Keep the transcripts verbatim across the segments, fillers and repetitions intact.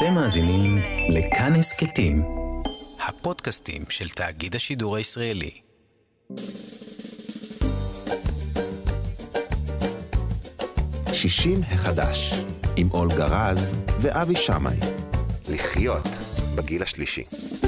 אתם מאזינים לכאן הסכתים, הפודקאסטים של תאגיד השידור הישראלי. שישים החדש, עם אולגה רז ואבי שמאי. לחיות בגיל השלישי.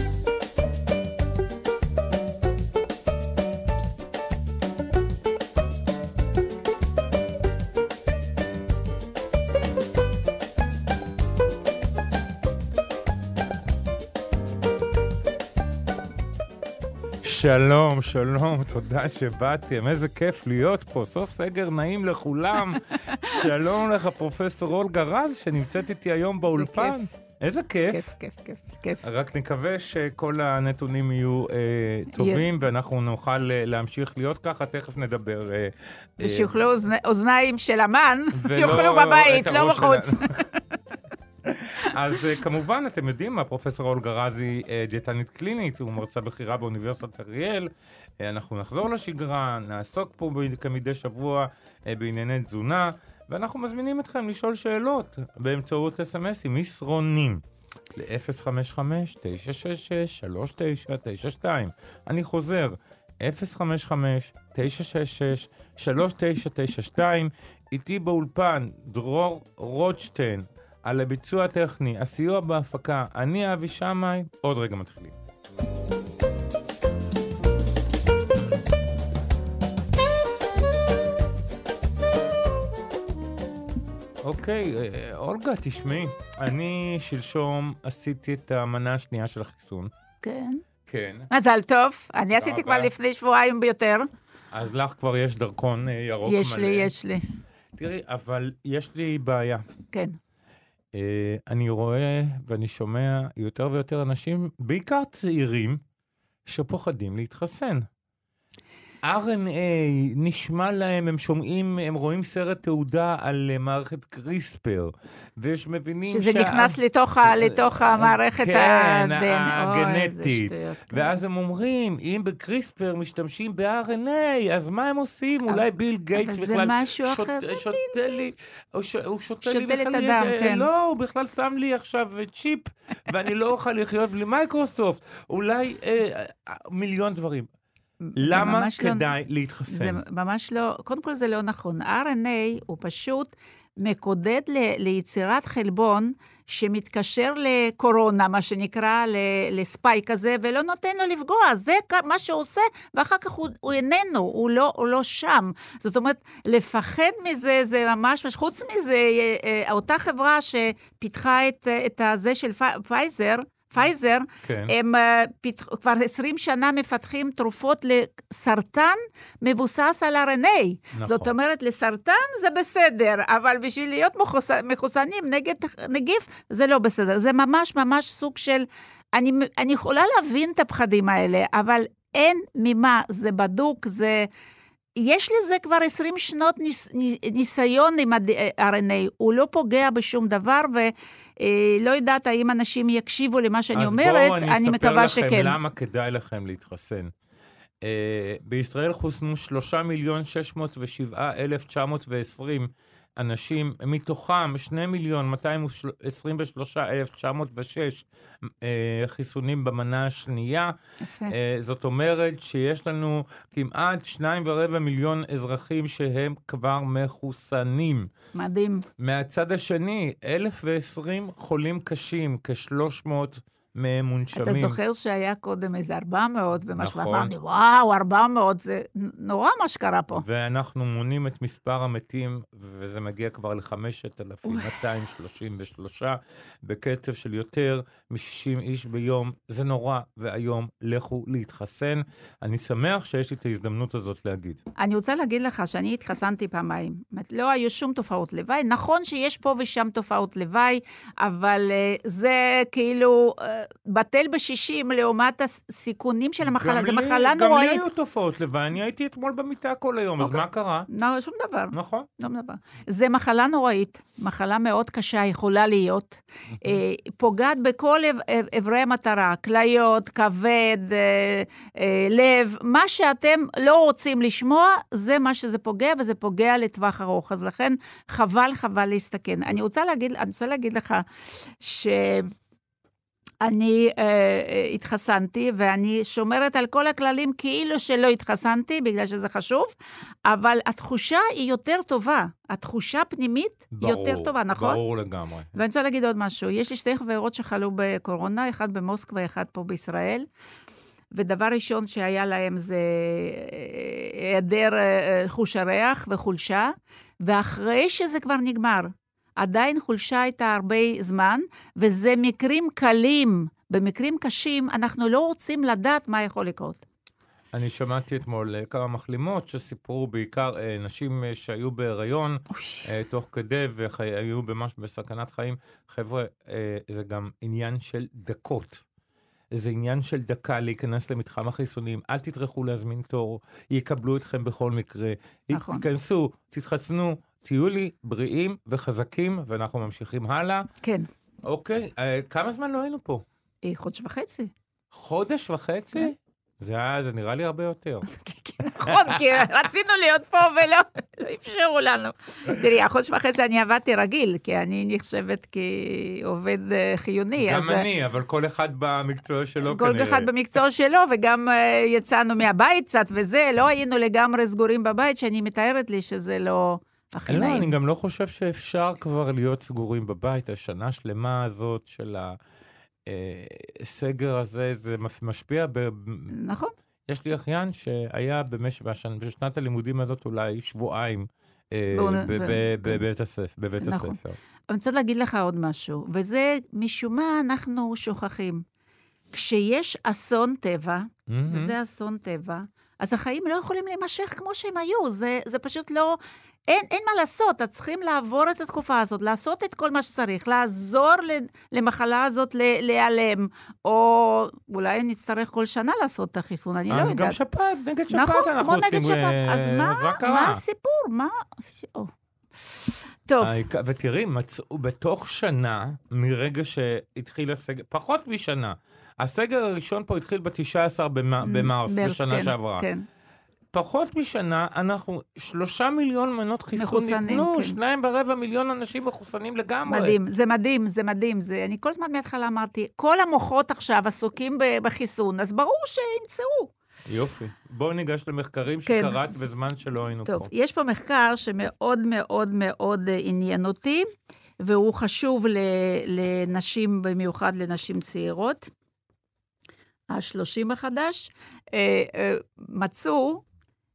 שלום, שלום, תודה שבאתם, איזה כיף להיות פה, סוף סגר נעים לכולם. שלום לך פרופסור אולגה רז, שנמצאת איתי היום באולפן. איזה כיף. כיף, כיף, כיף, כיף. רק נקווה שכל הנתונים יהיו אה, טובים, ואנחנו נוכל אה, להמשיך להיות ככה, תכף נדבר. אה, ושיוכלו אה, אוזני, אוזניים של אמן, יוכלו בבית, לא בחוץ. אז כמובן, אתם יודעים מה, פרופסור אולגה רז היא דיאטנית קלינית, הוא מרצה בחירה באוניברסיטת אריאל. אנחנו נחזור לשגרה, נעסוק פה כמדי שבוע בענייני תזונה, ואנחנו מזמינים אתכם לשאול שאלות באמצעות אס אם אסים, מסרונים, ל-אפס חמש חמש תשע שש שש שלוש תשע תשע שתיים. אני חוזר, אפס חמש חמש תשע שש שש שלוש תשע תשע שתיים. איתי באולפן דרור רוטשטיין, על הביצוע הטכני, הסיוע בהפקה, אני אבי שמאי, עוד רגע מתחילים. אוקיי, אולגה, תשמעי, אני שלשום עשיתי את המנה השנייה של החיסון. כן. כן. מזל טוב, אני עשיתי כבר לפני שבועיים ביותר. אז לך כבר יש דרכון ירוק מלא. יש לי, יש לי. תראי, אבל יש לי בעיה. כן. Uh, אני רואה ואני שומע יותר ויותר אנשים, בעיקר צעירים, שפוחדים להתחסן. אר אן איי נשמע להם, הם שומעים, הם רואים סרט תעודה על uh, מערכת קריספר, ויש מבינים שזה שה... נכנס לתוך, ה... לתוך המערכת כן, הדן... הגנטית. או, שטויות, כן. ואז הם אומרים, אם בקריספר משתמשים ב-אר אן איי, אז מה הם עושים? אבל, אולי ביל גייטס בכלל שוט, שותה לי, הוא שותה לי בכלל, הדם, כן. לא, הוא בכלל שם לי עכשיו צ'יפ, ואני לא אוכל לחיות בלי מייקרוסופט. אולי אה, מיליון דברים. למה כדאי לא, להתחסן? זה ממש לא, קודם כל זה לא נכון. אר אן איי הוא פשוט מקודד ל, ליצירת חלבון שמתקשר לקורונה, מה שנקרא, לספייק הזה, ולא נותן לו לפגוע. זה מה שהוא עושה, ואחר כך הוא, הוא איננו, הוא לא, הוא לא שם. זאת אומרת, לפחד מזה, זה ממש, חוץ מזה, אותה חברה שפיתחה את, את הזה של פייזר, פייזר, כן. הם פת... כבר עשרים שנה מפתחים תרופות לסרטן מבוסס על אר אן איי. נכון. זאת אומרת, לסרטן זה בסדר, אבל בשביל להיות מחוס... מחוסנים נגד נגיף, זה לא בסדר. זה ממש ממש סוג של... אני, אני יכולה להבין את הפחדים האלה, אבל אין ממה, זה בדוק, זה... יש לזה כבר עשרים שנות ניס, ניסיון עם ה-אר אן איי, הוא לא פוגע בשום דבר, ולא יודעת האם אנשים יקשיבו למה שאני אומרת, אני מקווה שכן. אז בואו אני אספר לכם למה כדאי לכם להתחסן. Uh, בישראל חוסנו שלושה מיליון שש מאות ושבעה אלף תשע מאות ועשרים אנשים, מתוכם שני מיליון מאתיים עשרים ושלושה אלף תשע מאות ושש uh, חיסונים במנה השנייה. Uh, זאת אומרת שיש לנו כמעט שניים ורבע מיליון אזרחים שהם כבר מחוסנים. מדהים. מהצד השני, אלף ועשרים חולים קשים, כשלוש מאות מהם מונשמים. אתה זוכר שהיה קודם איזה ארבע מאות, ומשהו נכון. אמרנו, וואו, ארבע מאות, זה נורא מה שקרה פה. ואנחנו מונים את מספר המתים, וזה מגיע כבר ל-חמשת אלפים מאתיים שלושים ושלושה, בקצב של יותר מ-שישים איש ביום. זה נורא, והיום לכו להתחסן. אני שמח שיש לי את ההזדמנות הזאת להגיד. אני רוצה להגיד לך שאני התחסנתי פעמיים. לא היו שום תופעות לוואי. נכון שיש פה ושם תופעות לוואי, אבל uh, זה כאילו... Uh, בטל בשישים לעומת הסיכונים של המחלה. זו מחלה נוראית. גם לי היו תופעות לוואי, אני הייתי אתמול במיטה כל היום, אז מה קרה? לא, שום דבר. נכון. שום דבר. זה מחלה נוראית, מחלה מאוד קשה, יכולה להיות. פוגעת בכל אברי המטרה, כליות, כבד, לב, מה שאתם לא רוצים לשמוע, זה מה שזה פוגע, וזה פוגע לטווח ארוך. אז לכן חבל, חבל להסתכן. אני רוצה להגיד, אני רוצה להגיד לך שאני אה, התחסנתי, ואני שומרת על כל הכללים כאילו שלא התחסנתי, בגלל שזה חשוב, אבל התחושה היא יותר טובה. התחושה הפנימית ברור, היא יותר טובה, נכון? ברור לגמרי. ואני רוצה להגיד עוד משהו. יש לי שתי חברות שחלו בקורונה, אחד במוסקבה, אחד פה בישראל, ודבר ראשון שהיה להם זה היעדר חוש הריח וחולשה, ואחרי שזה כבר נגמר, עדיין חולשה הייתה הרבה זמן, וזה מקרים קלים. במקרים קשים אנחנו לא רוצים לדעת מה יכול לקרות. אני שמעתי אתמול כמה מחלימות שסיפרו בעיקר נשים שהיו בהיריון, תוך כדי והיו ממש בסכנת חיים. חבר'ה, זה גם עניין של דקות. זה עניין של דקה להיכנס למתחם החיסונים, אל תטרחו להזמין תור, יקבלו אתכם בכל מקרה, נכון. תיכנסו, תתחסנו, תהיו לי בריאים וחזקים, ואנחנו ממשיכים הלאה. כן. אוקיי, כמה זמן לא היינו פה? חודש וחצי. חודש וחצי? כן. זה, זה נראה לי הרבה יותר. נכון, כי רצינו להיות פה ולא לא אפשרו לנו. תראי, החודש וחצי אני עבדתי רגיל, כי אני נחשבת כעובד חיוני. גם אני, אבל כל אחד במקצוע שלו כל כנראה. כל אחד במקצוע שלו, וגם יצאנו מהבית קצת וזה, לא היינו לגמרי סגורים בבית, שאני מתארת לי שזה לא הכי נעים. לא, אני גם לא חושב שאפשר כבר להיות סגורים בבית. השנה שלמה הזאת של ה... סגר הזה, זה משפיע ב... נכון. יש לי אחיין שהיה בשנת הלימודים הזאת אולי שבועיים בבית הספר. אני רוצה להגיד לך עוד משהו, וזה משום מה אנחנו שוכחים. כשיש אסון טבע, וזה אסון טבע, אז החיים לא יכולים להימשך כמו שהם היו. זה, זה פשוט לא... אין, אין מה לעשות, את צריכים לעבור את התקופה הזאת, לעשות את כל מה שצריך, לעזור למחלה הזאת להיעלם, או אולי נצטרך כל שנה לעשות את החיסון, אני לא יודעת. אז גם שפעת, נגד שפעת נכון, אנחנו עושים. נכון, כמו נגד שפעת. אז מה, מה הסיפור? מה... טוב. ותראי, מצאו בתוך שנה, מרגע שהתחיל הסגר, פחות משנה, הסגר הראשון פה התחיל ב-תשעה עשר במרס, בשנה שעברה. כן. פחות משנה, אנחנו שלושה מיליון מנות חיסון ניתנו, כן. שניים ברבע מיליון אנשים מחוסנים לגמרי. מדהים, זה מדהים, זה מדהים. זה, אני כל זמן מהתחלה אמרתי, כל המוחות עכשיו עסוקים בחיסון, אז ברור שימצאו. יופי. בואו ניגש למחקרים כן. שקראת בזמן שלא היינו טוב, פה. יש פה מחקר שמאוד מאוד מאוד עניין אותי, והוא חשוב לנשים, במיוחד לנשים צעירות. השלושים החדש, מצאו,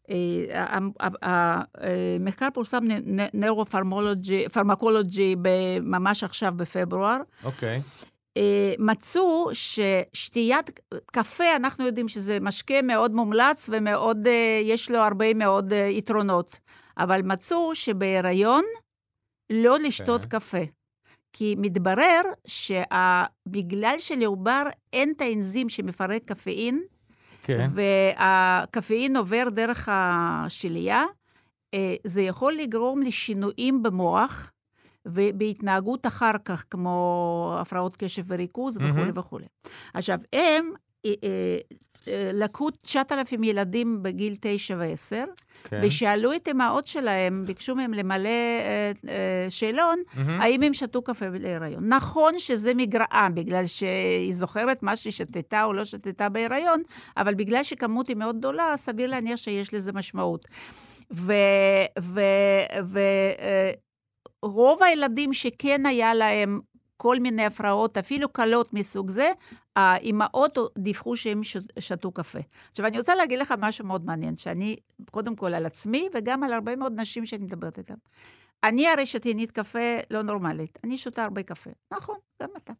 המחקר פורסם נוירופרמקולוגי ממש עכשיו בפברואר. אוקיי. מצאו ששתיית קפה, אנחנו יודעים שזה משקה מאוד מומלץ, ומאוד, יש לו הרבה מאוד יתרונות. אבל מצאו שבהיריון לא לשתות קפה. כי מתברר שבגלל שלעובר אין את האנזים שמפרק קפאין, כן. והקפאין עובר דרך השלייה, זה יכול לגרום לשינויים במוח, ובהתנהגות אחר כך, כמו הפרעות קשב וריכוז וכו' וכו'. עכשיו, הם לקחו תשעת אלפים ילדים בגיל תשע ועשר, כן. ושאלו את אמהות שלהם, ביקשו מהם למלא אה, אה, שאלון, mm-hmm. האם הם שתו קפה בהיריון. נכון שזה מגרעה, בגלל שהיא זוכרת מה שהיא שתתה או לא שתתה בהיריון, אבל בגלל שכמות היא מאוד גדולה, סביר להניח שיש לזה משמעות. ו... ו, ו אה, רוב הילדים שכן היה להם כל מיני הפרעות, אפילו קלות מסוג זה, האימהות דיווחו שהם שתו קפה. עכשיו, אני רוצה להגיד לך משהו מאוד מעניין, שאני, קודם כל על עצמי, וגם על הרבה מאוד נשים שאני מדברת איתן. אני הרי שתיינית קפה לא נורמלית. אני שותה הרבה קפה. נכון, גם אתה.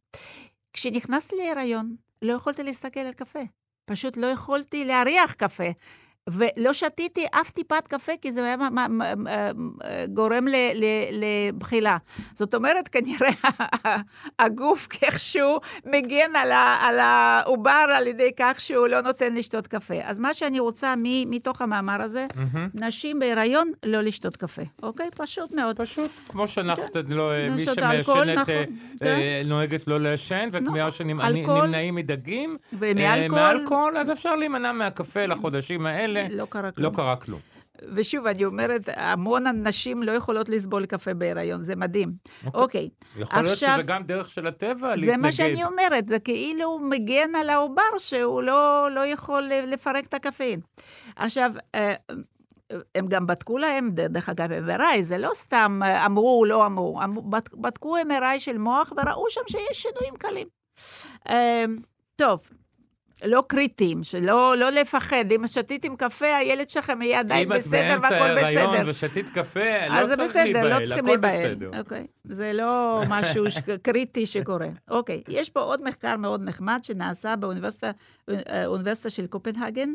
כשנכנסתי להיריון, לא יכולתי להסתכל על קפה. פשוט לא יכולתי להריח קפה. ולא שתיתי אף טיפת קפה, כי זה היה גורם לבחילה. זאת אומרת, כנראה הגוף כיכשהו מגן על העובר על ידי כך שהוא לא נותן לשתות קפה. אז מה שאני רוצה מתוך המאמר הזה, נשים בהיריון לא לשתות קפה. אוקיי? פשוט מאוד. פשוט, כמו שאנחנו, מי שמיישנת נוהגת לא לעשן, וכמי שנמנעים מדגים, מאלכוהול, אז אפשר להימנע מהקפה לחודשים האלה. לא קרה כלום. לא קרה כלום. ושוב, אני אומרת, המון אנשים לא יכולות לסבול קפה בהיריון, זה מדהים. אוקיי. יכול להיות שזה גם דרך של הטבע להתנגד. זה מה שאני אומרת, זה כאילו הוא מגן על העובר שהוא לא יכול לפרק את הקפאין. עכשיו, הם גם בדקו להם, דרך אגב, אם אר איי, זה לא סתם אמרו, לא אמרו, בדקו אם אר איי של מוח וראו שם שיש שינויים קלים. טוב. לא קריטיים, שלא לא לפחד. אם שתיתם קפה, הילד שלכם יהיה עדיין בסדר, והכל בסדר. אם את באמצע ההיריון ושתית קפה, לא צריך להיבהל, הכל בסדר. אוקיי. זה לא משהו קריטי שקורה. אוקיי. יש פה עוד מחקר מאוד נחמד, שנעשה באוניברסיטה של קופנהגן,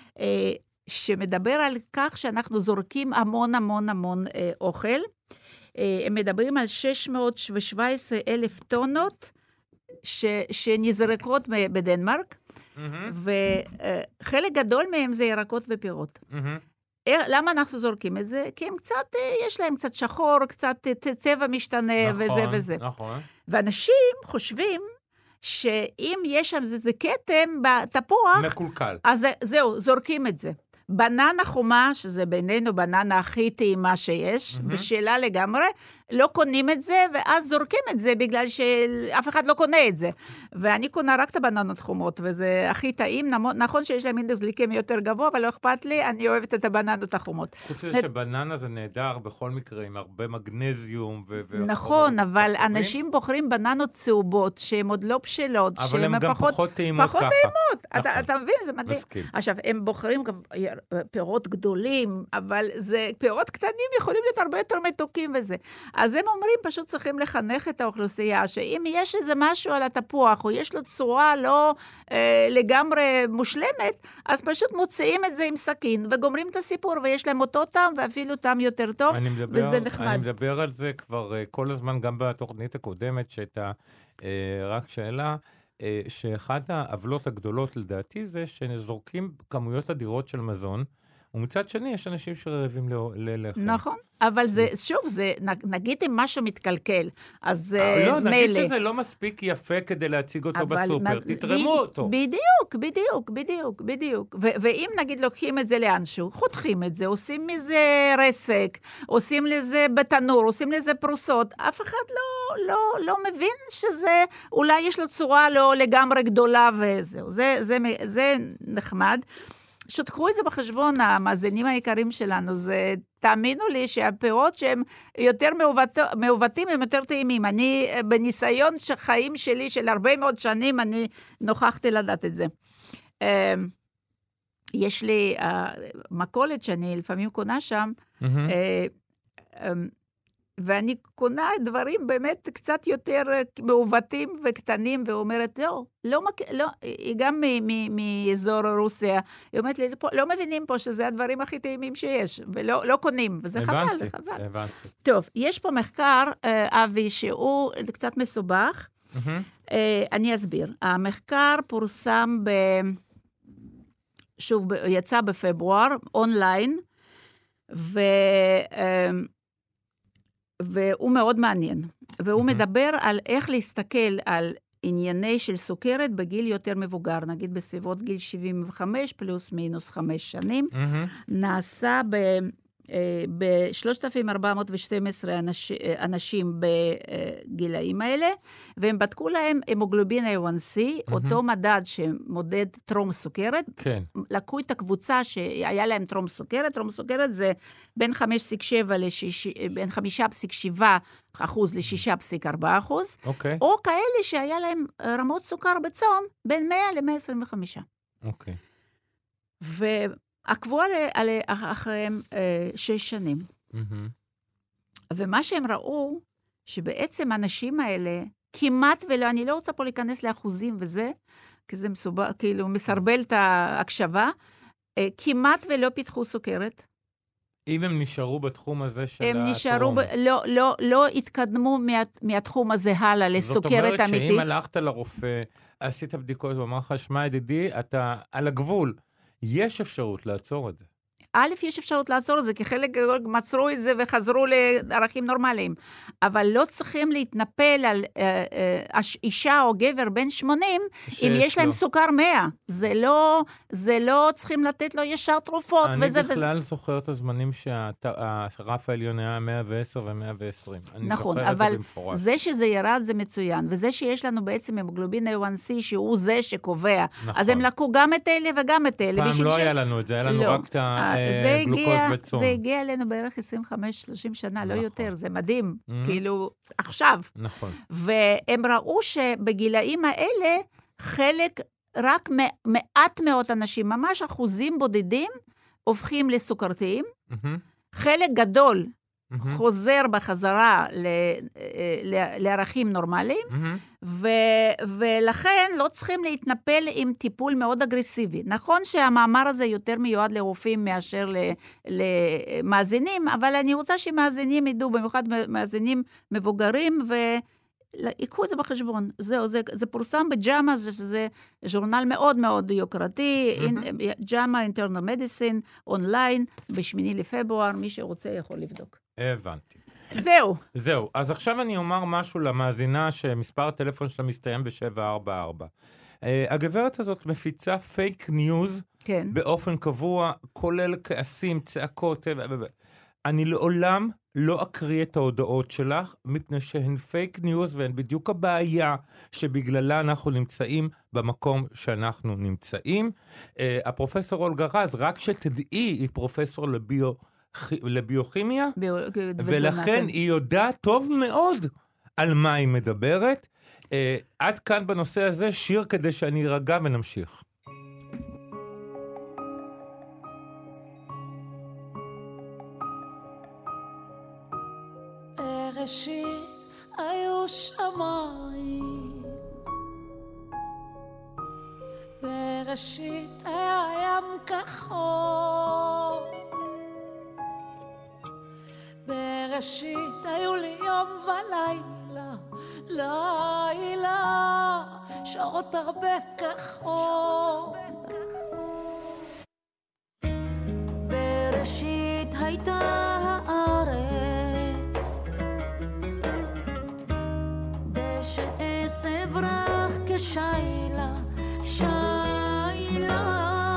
שמדבר על כך שאנחנו זורקים המון המון המון אוכל. הם מדברים על שש מאות שבע עשרה אלף טונות, ש, שנזרקות בדנמרק, mm-hmm. וחלק גדול מהם זה ירקות ופירות. Mm-hmm. למה אנחנו זורקים את זה? כי הם קצת, יש להם קצת שחור, קצת צבע משתנה, נכון, וזה וזה. נכון. ואנשים חושבים שאם יש שם איזה כתם בתפוח, מקולקל. אז זהו, זורקים את זה. בננה חומה, שזה בינינו בננה הכי טעימה שיש, mm-hmm. בשאלה לגמרי, לא קונים את זה, ואז זורקים את זה, בגלל שאף אחד לא קונה את זה. ואני קונה רק את הבננות חומות, וזה הכי טעים, נכון שיש להם אינדקס גליקמי יותר גבוה, אבל לא אכפת לי, אני אוהבת את הבננות החומות. חוץ לזה שבננה זה נהדר בכל מקרה, עם הרבה מגנזיום ו... נכון, אבל אנשים בוחרים בננות צהובות, שהן עוד לא בשלות, אבל הן גם פחות טעימות ככה. פחות טעימות, אתה מבין, זה מדהים. עכשיו, הם בוחרים גם פירות גדולים, אבל זה, פירות קטנים יכולים להיות הרבה יותר מתוקים וזה. אז הם אומרים, פשוט צריכים לחנך את האוכלוסייה, שאם יש איזה משהו על התפוח, או יש לו צורה לא אה, לגמרי מושלמת, אז פשוט מוציאים את זה עם סכין, וגומרים את הסיפור, ויש להם אותו טעם, ואפילו טעם יותר טוב, מדבר, וזה נחמד. אני מדבר על זה כבר uh, כל הזמן, גם בתוכנית הקודמת, שהייתה uh, רק שאלה, uh, שאחת העוולות הגדולות לדעתי זה, שנזורקים כמויות אדירות של מזון, ומצד שני, יש אנשים שרעבים ללחם. נכון, אבל זה, שוב, זה, נגיד אם משהו מתקלקל, אז לא, מלא. נגיד שזה לא מספיק יפה כדי להציג אותו בסופר, תתרמו אותו. בדיוק, בדיוק, בדיוק, בדיוק. ואם נגיד לוקחים את זה לאנשהו, חותכים את זה, עושים מזה רסק, עושים לזה בתנור, עושים לזה פרוסות, אף אחד לא, לא, לא מבין שזה, אולי יש לו צורה לא לגמרי גדולה וזהו. זה, זה, זה נחמד. שותקחו את זה בחשבון, המאזינים העיקרים שלנו, זה, תאמינו לי שהפירות שהם יותר מעוותים, הם יותר טעימים. אני, בניסיון שחיים שלי, של הרבה מאוד שנים, אני נוכחתי לדעת את זה. יש לי מכולת שאני לפעמים קונה שם, ואני קונה דברים באמת קצת יותר מעוותים וקטנים, ואומרת, לא, לא, לא היא גם מאזור רוסיה, היא אומרת לי, לא מבינים פה שזה הדברים הכי טעימים שיש, ולא לא קונים, וזה חבל, זה חבל. הבנתי. טוב, יש פה מחקר, אבי, שהוא קצת מסובך, אני אסביר. המחקר פורסם, ב... שוב, יצא בפברואר, אונליין, ו... והוא מאוד מעניין, והוא מדבר על איך להסתכל על ענייני של סוכרת בגיל יותר מבוגר, נגיד בסביבות גיל שבעים וחמש פלוס מינוס חמש שנים, נעשה ב... ב-שלושת אלפים ארבע מאות ושתים עשרה אנש, אנשים בגילאים האלה, והם בדקו להם המוגלובין איי וואן סי, mm-hmm. אותו מדד שמודד טרום סוכרת, כן. לקחו את הקבוצה שהיה להם טרום סוכרת, טרום סוכרת זה בין חמש נקודה שבע לשיש, בין חמישה נקודה שבע אחוז ל-שישה נקודה ארבע אחוז, okay. או כאלה שהיה להם רמות סוכר בצום, בין מאה ל-מאה עשרים וחמש. אוקיי. Okay. ו... עקבו אחריהם אה, שש שנים. Mm-hmm. ומה שהם ראו, שבעצם האנשים האלה, כמעט ולא, אני לא רוצה פה להיכנס לאחוזים וזה, כי זה מסובע, כאילו מסרבל את ההקשבה, כמעט ולא פיתחו סוכרת. אם הם נשארו בתחום הזה של הם הטרום. נשארו, ב... לא, לא, לא התקדמו מה... מהתחום הזה הלאה לסוכרת אמיתית. זאת אומרת שאם הלכת לרופא, עשית בדיקות, הוא אמר לך, שמע ידידי, אתה על הגבול. יש אפשרות לעצור את זה. א', יש אפשרות לעצור את זה, כי חלק מצרו את זה וחזרו לערכים נורמליים. אבל לא צריכים להתנפל על אה, אה, אישה או גבר בן שמונים, אם יש להם סוכר מאה. זה לא, זה לא צריכים לתת לו ישר תרופות. אני וזה, בכלל וזה... זוכר את הזמנים שהרף העליון היה מאה ועשר ו-מאה ועשרים. אני נכון, זוכר את זה אבל במפורש. זה שזה ירד זה מצוין, וזה שיש לנו בעצם המוגלובין איי וואן סי, שהוא זה שקובע. נכון. אז הם לקחו גם את אלה וגם את אלה. פעם לא ש... היה לנו את זה, היה לנו לא. רק את הגלוקוז בצום. זה הגיע אלינו בערך עשרים וחמש שלושים שנה, לא נכון. יותר, זה מדהים, Mm-hmm. כאילו, עכשיו. נכון. והם ראו שבגילאים האלה, חלק, רק מעט מאות אנשים, ממש אחוזים בודדים, הופכים לסוכרתיים, Mm-hmm. חלק גדול Mm-hmm. חוזר בחזרה ל, ל, לערכים נורמליים, Mm-hmm. ו, ולכן לא צריכים להתנפל עם טיפול מאוד אגרסיבי. נכון שהמאמר הזה יותר מיועד לרופאים מאשר למאזינים, אבל אני רוצה שמאזינים ידעו, במיוחד מאזינים מבוגרים, ויקחו את זה בחשבון. זהו, זה, זה פורסם בג'אמה, זה, זה ז'ורנל מאוד מאוד יוקרתי, mm-hmm. ג'אמה אינטרנל מדיסין, אונליין, בשמיני לפברואר, מי שרוצה יכול לבדוק. הבנתי. זהו. זהו. אז עכשיו אני אומר משהו למאזינה שמספר הטלפון שלה מסתיים ב-שבע ארבע ארבע. Uh, הגברת הזאת מפיצה פייק ניוז כן. באופן קבוע, כולל כעסים, צעקות. אני לעולם לא אקריא את ההודעות שלך, מפני שהן פייק ניוז, והן בדיוק הבעיה שבגללה אנחנו נמצאים במקום שאנחנו נמצאים. Uh, הפרופסור אולגה רז, רק שתדעי, היא פרופסור לביו... לביוכימיה, ולכן היא יודעת טוב מאוד על מה היא מדברת. עד כאן בנושא הזה, שיר כדי שאני ארגע ונמשיך. בראשית היו שמיים, בראשית היה ים כחול, בראשית היו לי יום ולילה, לילה, שעות הרבה כחול. בראשית הייתה הארץ, דשא רך כשיילה, שיילה.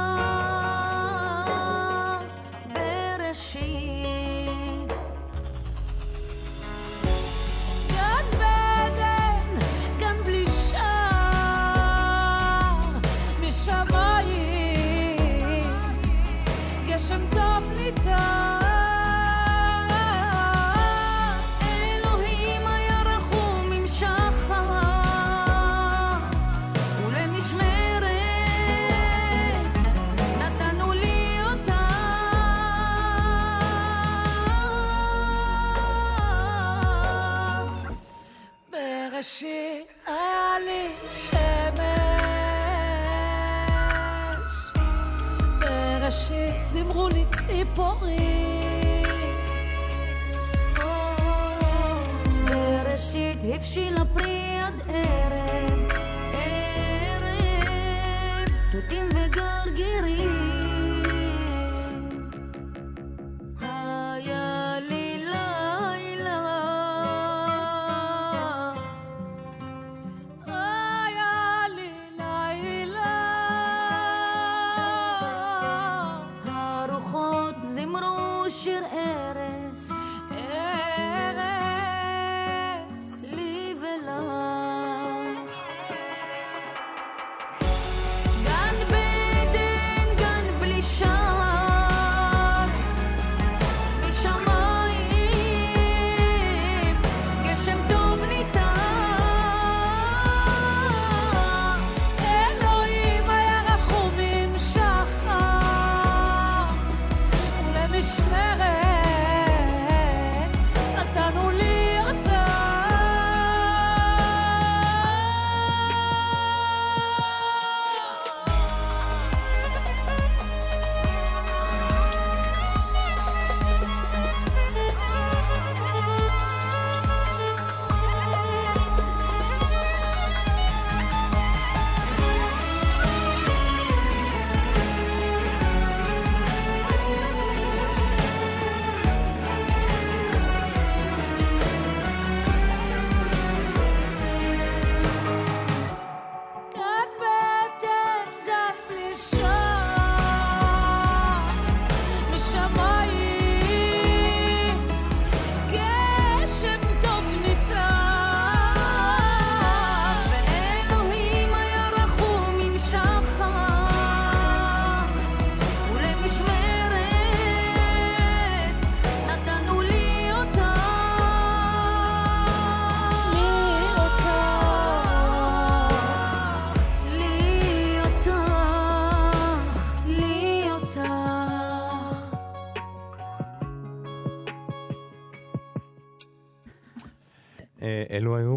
בראשית גן בדן, גן בלי שער, משמיים גשם טוב ניתן. אלוהים היה רחום עם שחר ולמשמרת נתנו לי אותה. בראשית היה לי שמש, בראשית זמרו לי ציפורים, בראשית הבשילה פרי עד ערב, ערב תותים וגרגירים. היה לי לילה, היה לי לילה, הרוחות זמרו שיר ארס, ארס לי ולך.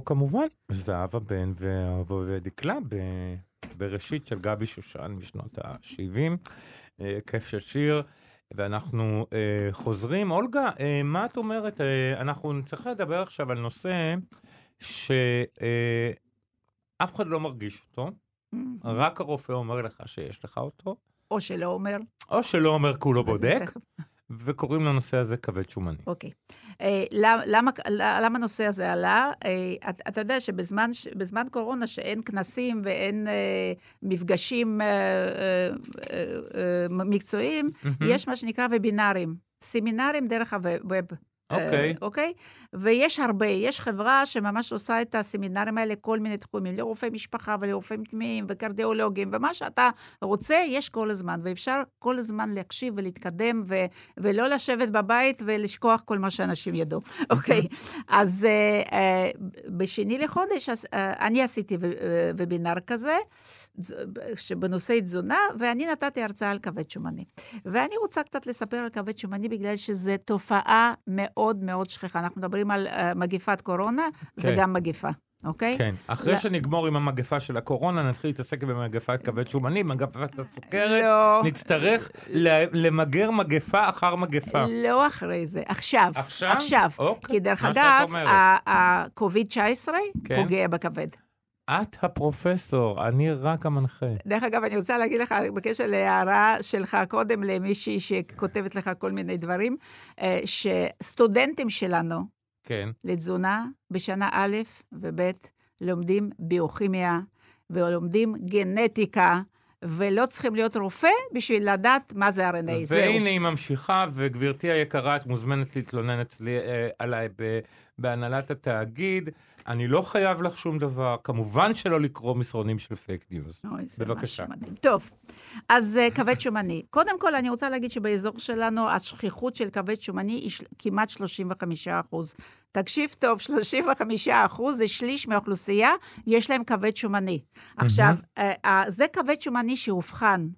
כמובן, זהבה בן ודקלה בראשית של גבי שושן משנות ה-שבעים, כיף של שיר, ואנחנו חוזרים. אולגה, מה את אומרת? אנחנו נצטרך לדבר עכשיו על נושא שאף אחד לא מרגיש אותו, רק הרופא אומר לך שיש לך אותו, או שלא אומר. או שלא אומר כולו בודק, וקוראים לנושא הזה כבד שומני. אוקיי. למה הנושא הזה עלה? אתה יודע שבזמן קורונה שאין כנסים ואין מפגשים מקצועיים, יש מה שנקרא וובינרים, סמינרים דרך הווב. אוקיי. אוקיי? ויש הרבה, יש חברה שממש עושה את הסמינרים האלה, כל מיני תחומים, לרופאי משפחה ולרופאים פנימיים וקרדיאולוגים, ומה שאתה רוצה, יש כל הזמן, ואפשר כל הזמן להקשיב ולהתקדם, ו- ולא לשבת בבית ולשכוח כל מה שאנשים ידעו. אוקיי? אז uh, uh, בשני לחודש, אז, uh, אני עשיתי וובינר כזה, שבנושא תזונה, ואני נתתי הרצאה על כבד שומני. ואני רוצה קצת לספר על כבד שומני, בגלל שזו תופעה מאוד מאוד שכיחה. אנחנו מדברים על uh, מגפת קורונה, כן. זה גם מגפה, אוקיי? כן. אחרי ל... שנגמור עם המגפה של הקורונה, נתחיל להתעסק במגפת כבד שומני, מגפת הסוכרת, לא... נצטרך למגר מגפה אחר מגפה. לא אחרי זה, עכשיו. עכשיו? עכשיו. אוקיי. כי דרך אגב, ה-קוביד תשע עשרה כן. פוגע בכבד. את הפרופסור, אני רק המנחה. דרך אגב, אני רוצה להגיד לך, בקשר להערה שלך קודם, למישהי שכותבת לך כל מיני דברים, שסטודנטים שלנו, כן. לתזונה, בשנה א' וב', לומדים ביוכימיה, ולומדים גנטיקה, ולא צריכים להיות רופא בשביל לדעת מה זה אר אן איי. והנה היא ממשיכה, וגברתי היקרה, את מוזמנת להתלונן אצלי אה, עליי ב, בהנהלת התאגיד. אני לא חייב לך שום דבר, כמובן שלא לקרוא מסרונים של פייק ניוז. בבקשה. טוב, אז uh, כבד שומני. קודם כל, אני רוצה להגיד שבאזור שלנו, השכיחות של כבד שומני היא כמעט שלושים וחמישה אחוז. תקשיב טוב, שלושים וחמישה אחוז זה שליש מהאוכלוסייה, יש להם כבד שומני. עכשיו, uh, uh, זה כבד שומני שהובחן.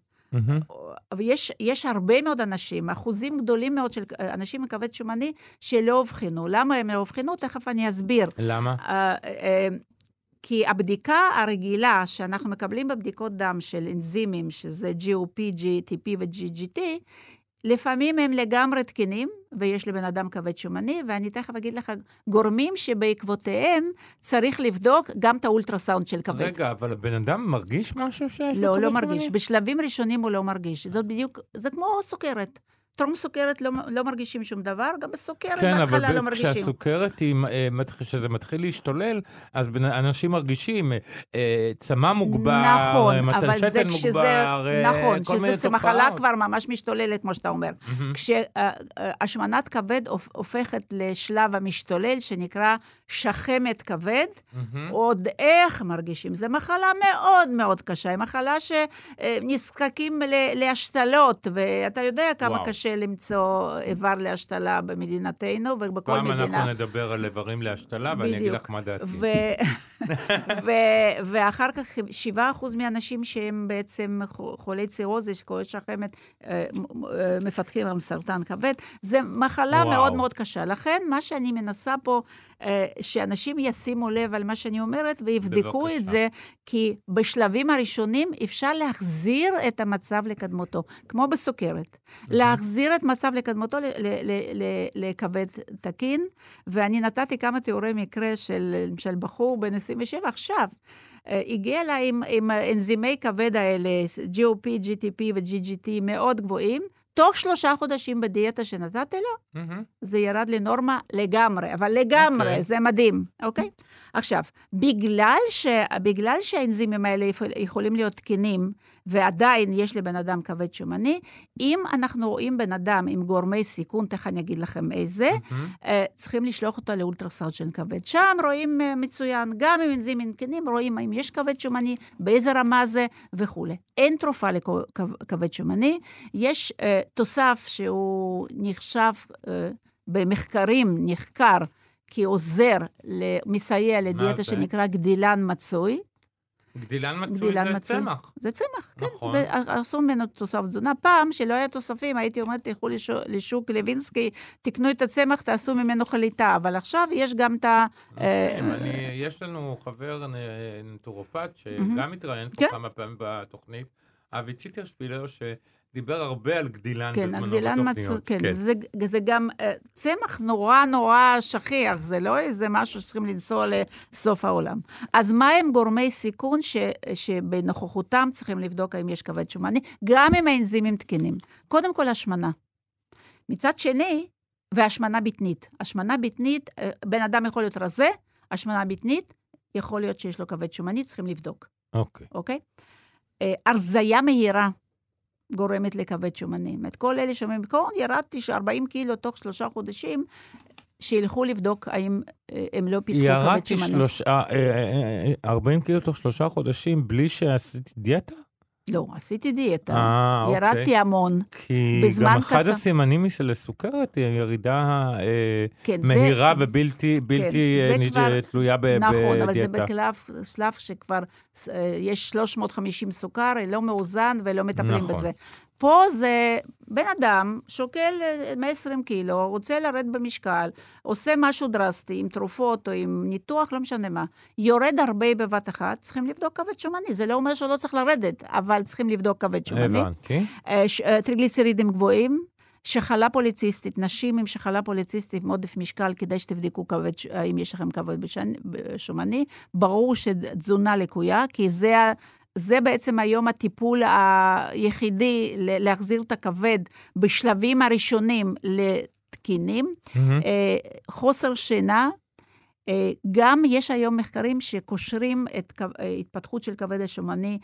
ויש יש הרבה מאוד אנשים, אחוזים גדולים מאוד של אנשים עם כבד שומני שלא הבחינו. למה הם לא הבחינו? תכף אני אסביר. למה? Uh, uh, כי הבדיקה הרגילה שאנחנו מקבלים בבדיקות דם של אנזימים, שזה ג'י או פי, ג'י טי פי ו-ג'י ג'י טי, לפעמים הם לגמרי תקינים, ויש לבן אדם כבד שומני, ואני תכף אגיד לך, גורמים שבעקבותיהם צריך לבדוק גם את האולטרסאונד של כבד. רגע, אבל הבן אדם מרגיש משהו שיש לו כבד שומני? לא, לא מרגיש. בשלבים ראשונים הוא לא מרגיש. זאת בדיוק, זה כמו סוכרת. טרום סוכרת לא, לא מרגישים שום דבר, גם בסוכרת כן, בהתחלה לא מרגישים. כן, אבל כשהסוכרת, היא, כשזה מתחיל להשתולל, אז אנשים מרגישים צמא מוגבר, נכון, מתן שתן מוגבר, נכון, כל מיני שזו מחלה כבר ממש משתוללת, כמו שאתה אומר. Mm-hmm. כשהשמנת כבד הופכת לשלב המשתולל, שנקרא שחמת כבד, mm-hmm. עוד איך מרגישים. זו מחלה מאוד מאוד קשה, היא מחלה שנזקקים להשתלות, ואתה יודע כמה וואו. קשה למצוא איבר להשתלה במדינתנו ובכל פעם מדינה. פעם אנחנו נדבר על איברים להשתלה, ואני אגיד לך מה דעתי. ו... ו- ואחר כך שבעה אחוז מהאנשים שהם בעצם חולי צירוזיס, חולי שחמת, מפתחים עם סרטן כבד. זה מחלה וואו. מאוד מאוד קשה. לכן מה שאני מנסה פה, שאנשים ישימו לב על מה שאני אומרת, ויבדקו בבקשה. את זה, כי בשלבים הראשונים אפשר להחזיר את המצב לקדמותו, כמו בסוכרת. Mm-hmm. להחזיר את המצב לקדמותו לכבד תקין, ואני נתתי כמה תיאורי מקרה של, של בחור בן עשרים ושבע, עכשיו, הגיע לה עם, עם אנזימי כבד האלה, ג'י או פי, ג'י טי פי ו-ג'י ג'י טי מאוד גבוהים, תוך שלושה חודשים בדיאטה שנתתי לו, mm-hmm. זה ירד לנורמה לגמרי, אבל לגמרי, okay. זה מדהים, אוקיי? Okay? עכשיו, בגלל, ש, בגלל שהאנזימים האלה יכולים להיות תקינים, ועדיין יש לבן אדם כבד שומני, אם אנחנו רואים בן אדם עם גורמי סיכון, תכף אני אגיד לכם איזה, mm-hmm. uh, צריכים לשלוח אותו לאולטרסאונד של כבד. שם רואים uh, מצוין, גם עם אנזימים תקינים, רואים אם יש כבד שומני, באיזה רמה זה וכו'. אין תרופה לכבד שומני, יש uh, תוסף שהוא נחשב uh, במחקרים, נחקר, כי עוזר, מסייע לדיאטה שנקרא גדילן מצוי, גדילן מצוי גדילן זה מצוי. צמח. זה צמח, כן. נכון. זה עשו ממנו תוסף תזונה. פעם, שלא היה תוספים, הייתי אומרת, תלכו לשוק, לשוק לוינסקי, תקנו את הצמח, תעשו ממנו חליטה. אבל עכשיו יש גם את ה... מקסים, אני, יש לנו חבר נטורופט, שגם התראיין פה כן. כמה פעמים בתוכנית, אבי ציטרשפילר, שדיבר הרבה על גדילן כן, בזמנו הגדילן בתוכניות. מצוי, כן, זה, זה גם uh, צמח נורא נורא שכיח, זה לא איזה משהו שצריכים לנסוע לסוף העולם. אז מה הם גורמי סיכון ש, שבנוכחותם צריכים לבדוק האם יש כבד שומני, גם אם האנזימים תקינים. קודם כל, השמנה. מצד שני, והשמנה בטנית. השמנה בטנית, בן אדם יכול להיות רזה, השמנה בטנית, יכול להיות שיש לו כבד שומני, צריכים לבדוק. אוקיי. אוקיי? הרזיה מהירה גורמת לכבד שומני. את כל אלה שאומרים, קורן, ירדתי ארבעים קילו תוך שלושה חודשים, שילכו לבדוק האם הם לא פיתחו כבד שומני. ירדתי שלושה, ארבעים קילו תוך שלושה חודשים בלי שעשיתי דיאטה? לא, עשיתי דיאטה. אה, אוקיי. ירדתי המון. כי בזמן גם אחד קצר. הסימנים לסוכרת היא ירידה אה, כן, זה- מהירה זה- ובלתי בלתי, זה אה, נש- כבר- תלויה ב- בדיאטה. נכון, אבל זה בשלב שלב שכבר אה, יש שלוש מאות וחמישים סוכר, לא מאוזן ולא מטפלים נכון. בזה. פה זה בן אדם שוקל אה, מאה ועשרים קילו, רוצה לרד במשקל, עושה משהו דרסטי עם תרופות או עם ניתוח, לא משנה מה, יורד הרבה בבת אחת, צריכים לבדוק כבד שומני. זה לא אומר שלא צריך לרדת, אבל צריכים לבדוק כבד שומני. הבנתי. אה, ש- אה, טריגליצרידים גבוהים, שחלה פוליציסטית, נשים עם שחלה פוליציסטית עם עודף משקל, כדאי שתבדקו כבד, ש- האם יש לכם כבד בשני- שומני, ברור שתזונה לקויה, כי זה, ה- זה בעצם היום הטיפול היחידי ל- להחזיר את הכבד בשלבים הראשונים לתקינים. מהמם. אה, חוסר שינה, אה, גם יש היום מחקרים שקושרים את כ- אה, התפתחות של כבד השומני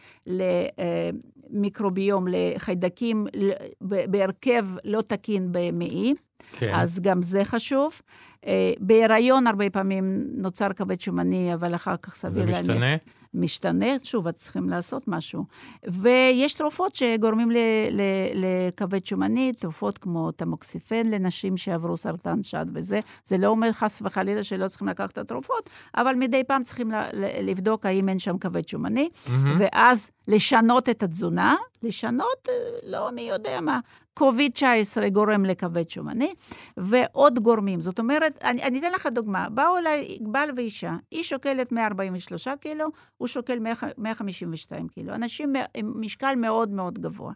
למיקרוביום, לחיידקים ל- ב- בהרכב לא תקין במעי, כן. אז גם זה חשוב. אה, בהיריון הרבה פעמים נוצר כבד שומני, אבל אחר כך סביר זה להניח. משתנה? משתנה, שוב, אז צריכים לעשות משהו. ויש תרופות שגורמים ל- ל- לכבד שומני, תרופות כמו תמוקסיפן לנשים שעברו סרטן שד וזה. זה לא אומר חס וחלילה שלא צריכים לקחת את התרופות, אבל מדי פעם צריכים ל- ל- לבדוק האם אין שם כבד שומני, ואז לשנות את התזונה, לשנות, אה, לא מי יודע מה, קוביד תשע עשרה גורם לכבד שומני, ועוד גורמים. זאת אומרת, אני, אני אתן לך דוגמה, באו אליי בעל ואישה, היא שוקלת מאה ארבעים ושלושה קילו, הוא שוקל מאה חמישים ושתיים קילו. אנשים עם משקל מאוד מאוד גבוה.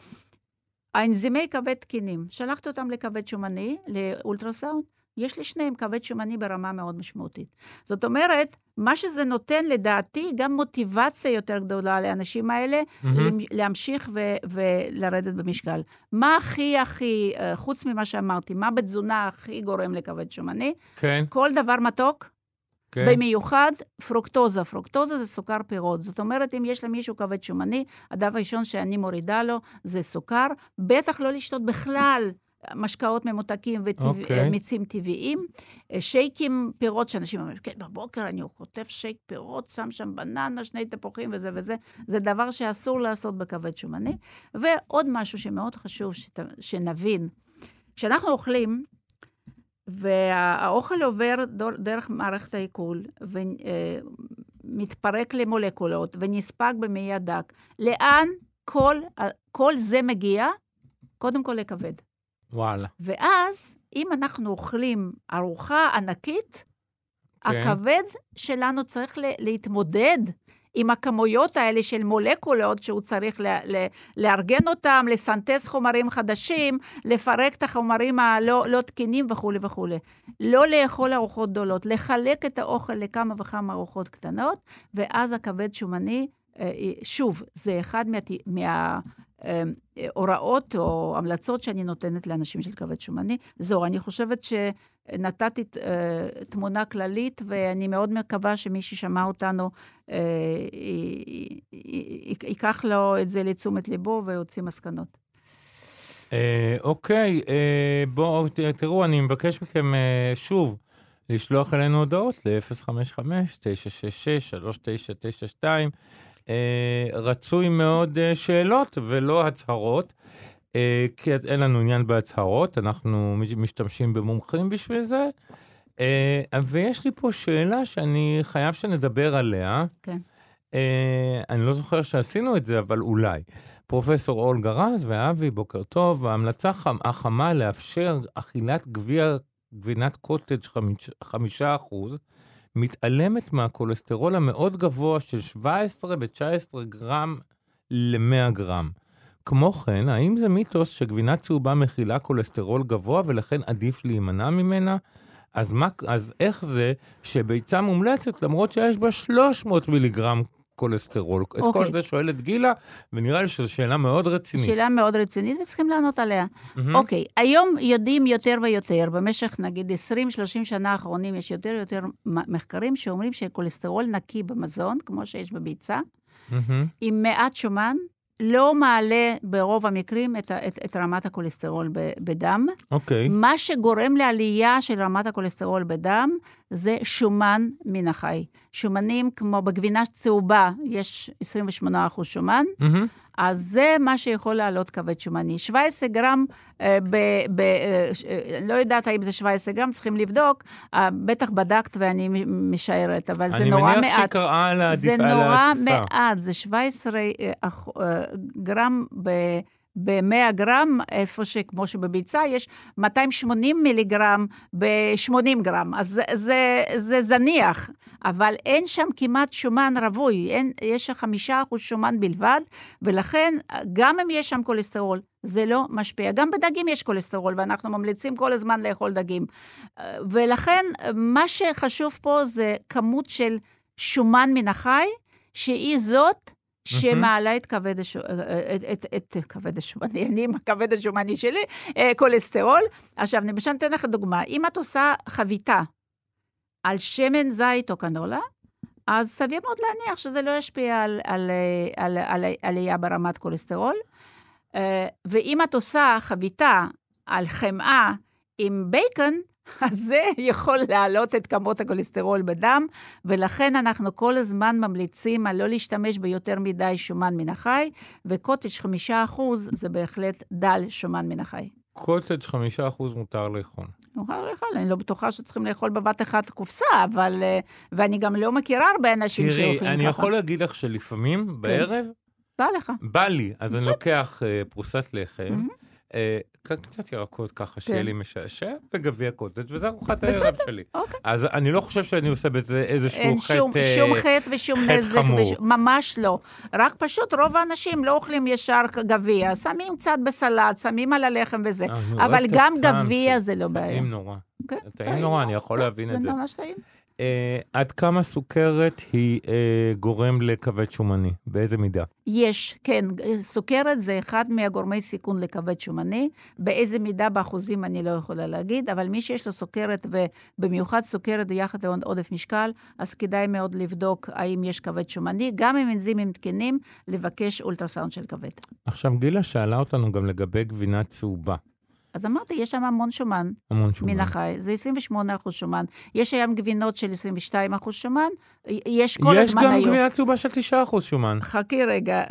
האנזימי כבד תקינים, שלחתי אותם לכבד שומני, לאולטרסאונד, יש לי שניהם כבד שומני ברמה מאוד משמעותית. זאת אומרת, מה שזה נותן לדעתי, גם מוטיבציה יותר גדולה לאנשים האלה, להמשיך ו- ולרדת במשקל. מה הכי הכי, אה, חוץ ממה שאמרתי, מה בתזונה הכי גורם לכבד שומני? כן, כל דבר מתוק, כן. במיוחד פרוקטוזה. פרוקטוזה זה סוכר פירות. זאת אומרת, אם יש למישהו כבד שומני, הדבר הראשון שאני מורידה לו זה סוכר. בטח לא לשתות בכלל משקאות ממותקים אוקיי. ומיצים טבעיים. שייקים פירות שאנשים אומרים, כן, בבוקר אני חוטף שייק פירות, שם שם בננה, שני תפוחים וזה וזה. זה דבר שאסור לעשות בכבד שומני. ועוד משהו שמאוד חשוב שת, שנבין, כשאנחנו אוכלים, והאוכל עובר דרך מערכת העיכול, ומתפרק למולקולות, ונספק במעי הדק. לאן כל, כל זה מגיע? קודם כל לכבד. וואלה. ואז, אם אנחנו אוכלים ארוחה ענקית, כן. הכבד שלנו צריך להתמודד עם הכמויות האלה של מולקולות, שהוא צריך לה, לה, לארגן אותם, לסנטז חומרים חדשים, לפרק את החומרים הלא לא תקינים וכו' וכו'. לא לאכול ארוחות גדולות, לחלק את האוכל לכמה וכמה ארוחות קטנות, ואז הכבד שומני, שוב, זה אחד מה... מה הוראות או המלצות שאני נותנת לאנשים של כבד שומני. זהו, אני חושבת שנתתי uh, תמונה כללית, ואני מאוד מקווה שמי ששמע אותנו, uh, ייקח לו את זה לתשומת ליבו ויוציא מסקנות. אוקיי, בואו תראו, אני מבקש מכם שוב לשלוח אלינו הודעות ל-אפס חמש חמש תשע שש שש שלוש תשע תשע שתיים. רצוי מאוד שאלות ולא הצהרות, כי אין לנו עניין בהצהרות, אנחנו משתמשים במומחים בשביל זה. ויש לי פה שאלה שאני חייב שנדבר עליה. כן. אה, אני לא זוכר שעשינו את זה, אבל אולי. פרופסור אולגה רז ואבי, בוקר טוב. ההמלצה חמ, החמה לאפשר אכילת גביע, גבינת קוטג' חמיש, חמישה אחוז, מתעלמת מהכולסטרול המאוד גבוה של שבע עשרה ו-תשע עשרה גרם ל-מאה גרם. כמו כן, האם זה מיתוס שגבינה צהובה מכילה כולסטרול גבוה ולכן עדיף להימנע ממנה? אז, מה, אז איך זה שביצה מומלצת למרות שיש בה שלוש מאות מיליגרם כולסטרול? את אוקיי. כל זה שואלת גילה, ונראה לי שזו שאלה מאוד רצינית. שאלה מאוד רצינית, וצריכים לענות עליה. אוקיי, היום יודעים יותר ויותר, במשך נגיד עשרים שלושים שנה האחרונים, יש יותר ויותר מחקרים שאומרים שכולסטרול נקי במזון, כמו שיש בביצה, עם מעט שומן, לא מעלה ברוב המקרים את, את, את רמת הכולסטרול בדם. אוקיי. מה שגורם לעלייה של רמת הכולסטרול בדם, זה שומן מן החי. שומנים כמו בגבינה צהובה, יש עשרים ושמונה אחוז שומן, mm-hmm. אז זה מה שיכול לעלות כבד שומני. שבע עשרה גרם, אה, ב, ב, אה, לא יודעת האם זה שבע עשרה גרם, צריכים לבדוק, אה, בטח בדקת ואני משערת, אבל זה נורא מעט. אני מניח שקראה על העדיפה. זה נורא מעט, זה שבע עשרה אה, גרם ב... ב-מאה גרם, איפה שכמו שבביצה יש מאתיים ושמונים מיליגרם ב-שמונים גרם, אז זה, זה, זה זניח, אבל אין שם כמעט שומן רבוי, אין, יש חמישה אחוז שומן בלבד, ולכן גם אם יש שם כולסטרול, זה לא משפיע. גם בדגים יש כולסטרול, ואנחנו ממליצים כל הזמן לאכול דגים. ולכן מה שחשוב פה זה כמות של שומן מן החי, שהיא זאת, שמעלה את כבד השומני, את, את, את כבד השומני, אני עם הכבד השומני שלי, כולסטרול. עכשיו, אני בשביל אתן לך דוגמה, אם את עושה חביתה על שמן זית או קנולה, אז סביר מאוד להניח שזה לא ישפיע על, על, על, על, על עלייה ברמת כולסטרול. ואם את עושה חביתה על חמאה עם בייקון, אז זה יכול להעלות את כמות הכולסטרול בדם, ולכן אנחנו כל הזמן ממליצים על לא להשתמש ביותר מדי שומן מן החי, וקוטג' חמישה אחוז זה בהחלט דל שומן מן החי. קוטג' חמישה אחוז מותר לאכול. מותר לאכול, אני לא בטוחה שצריכים לאכול בבת אחת קופסה, אבל, ואני גם לא מכירה הרבה אנשים שאוכלים ככה. תראי, אני יכול להגיד לך שלפעמים בערב, בא לך. בא לי, אז אני לוקח פרוסת לחם, קצת ירקות ככה שיהיה לי משעשע, וגביע קוטג' וזה ארוחת הערב שלי. אז אני לא חושב שאני עושה בזה איזשהו חטא חמור. אין שום חטא ושום נזק, ממש לא. רק פשוט רוב האנשים לא אוכלים ישר גביע, שמים קצת בסלט, שמים על הלחם וזה. אבל גם גביע זה לא בעיה. טעים נורא. טעים נורא, אני יכול להבין את זה. זה ממש טעים. Uh, עד כמה סוכרת היא uh, גורם לכבד שומני? באיזה מידה? יש, כן. סוכרת זה אחד מהגורמי סיכון לכבד שומני. באיזה מידה באחוזים אני לא יכולה להגיד, אבל מי שיש לו סוכרת, ובמיוחד סוכרת יחד לעוד עודף משקל, אז כדאי מאוד לבדוק האם יש כבד שומני, גם עם אנזימים תקנים, לבקש אולטרסאונד של כבד. עכשיו, גילה שאלה אותנו גם לגבי גבינה צהובה. אז אמרתי, יש שם המון שומן. המון שומן. מן החי. זה עשרים ושמונה אחוז שומן. יש היום גבינות של עשרים ושתיים אחוז שומן. יש כל יש הזמן גם היום. גבינה צהובה של תשעה אחוז שומן. חכי רגע,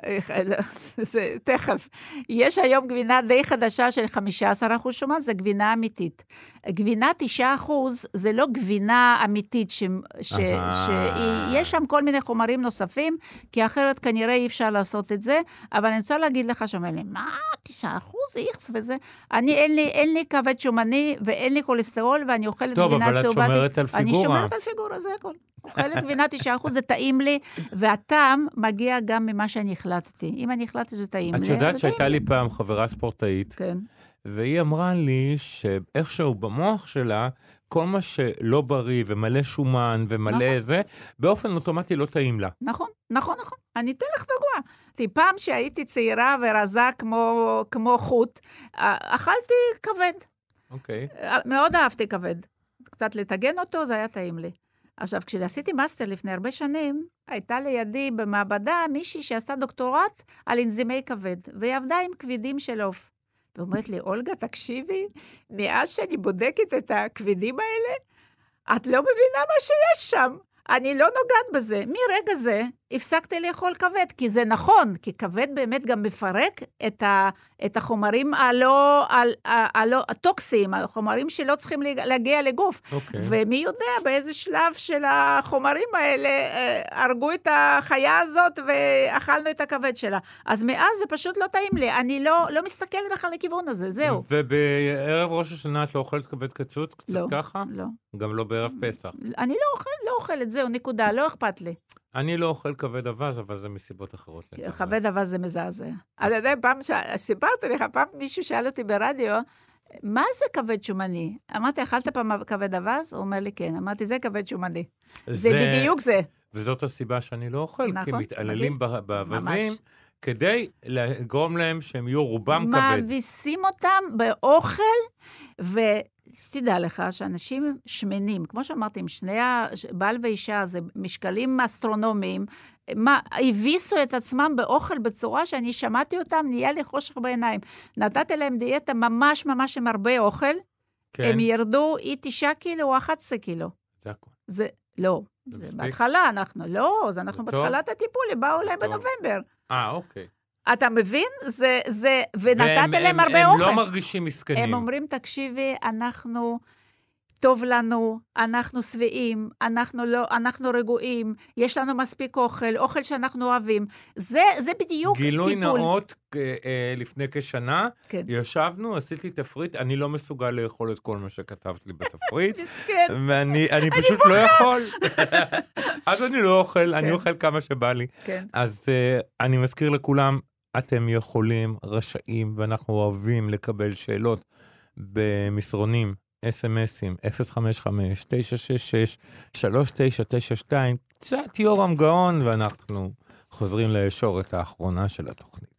זה תכף. יש היום גבינה די חדשה של חמישה עשר אחוז שומן, זה גבינה אמיתית. גבינה תשעה אחוז זה לא גבינה אמיתית, ש, ש, שיש שם כל מיני חומרים נוספים, כי אחרת כנראה אי אפשר לעשות את זה, אבל אני רוצה להגיד לך שאומר לי, מה, תשעה אחוז, איכס וזה? אני, אין לי, אין לי כבד שומני, ואין לי כולסטרול, ואני אוכלת גבינה צהובה. טוב, אבל את שומרת על פיגורה. אני שומרת על פיגורה, זה הכל. אוכלת גבינה תשעה אחוז, זה טעים לי, והטעם מגיע גם ממה שאני החלטתי. אם אני החלטתי שזה טעים לי, את יודעת שהייתה לי פעם חברה ספורטאית, כן. והיא אמרה לי שאיכשהו במוח שלה, כל מה שלא בריא ומלא שומן ומלא נכון. זה, באופן אוטומטי לא טעים לה. נכון, נכון, נכון. אני אתן לך דוגמה. פעם שהייתי צעירה ורזה כמו, כמו חוט, אכלתי כבד. אוקיי. מאוד אהבתי כבד. קצת לתגן אותו, זה היה טעים לי. עכשיו, כשעשיתי מאסטר לפני הרבה שנים, הייתה לידי במעבדה מישהי שעשתה דוקטורט על אנזימי כבד, והיא עבדה עם כבידים של עוף. ואומרת לי, אולגה, תקשיבי, מאז שאני בודקת את הכבידים האלה, את לא מבינה מה שיש שם. אני לא נוגעת בזה. מרגע זה, הפסקתי לאכול כבד, כי זה נכון, כי כבד באמת גם מפרק את, ה, את החומרים הלא, הלא, הלא, הטוקסיים, החומרים שלא צריכים להגיע לגוף. Okay. ומי יודע באיזה שלב של החומרים האלה הרגו את החיה הזאת ואכלנו את הכבד שלה. אז מאז זה פשוט לא טעים לי, אני לא, לא מסתכלת בכלל לכיוון הזה, זהו. ובערב ראש השנה את לא אוכלת כבד קצוץ, קצת לא, ככה? לא. גם לא בערב פסח? אני לא אוכל, לא אוכלת, זהו, נקודה, לא אכפת לי. אני לא אוכל כבד אבז, אבל זה מסיבות אחרות. כבד אבז זה מזעזע. אתה יודע, פעם סיפרתי לך, פעם מישהו שאל אותי ברדיו, מה זה כבד שומני? אמרתי, אכלת פעם כבד אבז? הוא אומר לי, כן. אמרתי, זה כבד שומני. זה בדיוק זה. וזאת הסיבה שאני לא אוכל, כי נכון, מתעללים באבזים, כדי לגרום להם שהם יהיו רובם כבד. מאביסים אותם באוכל, ותדע לך שאנשים שמנים, כמו שאמרתי, עם שני הבעל ואישה, זה משקלים אסטרונומיים, מה, הביסו את עצמם באוכל בצורה שאני שמעתי אותם, נהיה לי חושך בעיניים. נתתי להם דיאטה ממש ממש עם הרבה אוכל, כן. הם ירדו אי תשעה קילו או אחת עשרה קילו. זה הכל. זה, לא. זה, זה בהתחלה אנחנו, לא, אז אנחנו בתחילת הטיפול, הם באו אליי בנובמבר. אה, אוקיי. אתה מבין? זה, זה, ונתת להם הרבה הם אוכל. הם לא מרגישים מסכנים. הם אומרים, תקשיבי, אנחנו, טוב לנו, אנחנו שבעים, אנחנו לא, אנחנו רגועים, יש לנו מספיק אוכל, אוכל שאנחנו אוהבים. זה, זה בדיוק גילוי טיפול. גילוי נאות, אה, לפני כשנה, כן. ישבנו, עשיתי תפריט, אני לא מסוגל לאכול את כל מה שכתבת לי בתפריט. מסכן. ואני אני פשוט לא יכול. אז אני לא אוכל, אני אוכל כמה שבא לי. כן. אז uh, אני מזכיר לכולם, אתם יכולים, רשאים, ואנחנו אוהבים לקבל שאלות במסרונים, אס אם אסים, אפס חמש חמש תשע שש שש שלוש תשע תשע שתיים, קצת יורם גאון, ואנחנו חוזרים לישורת האחרונה של התוכנית.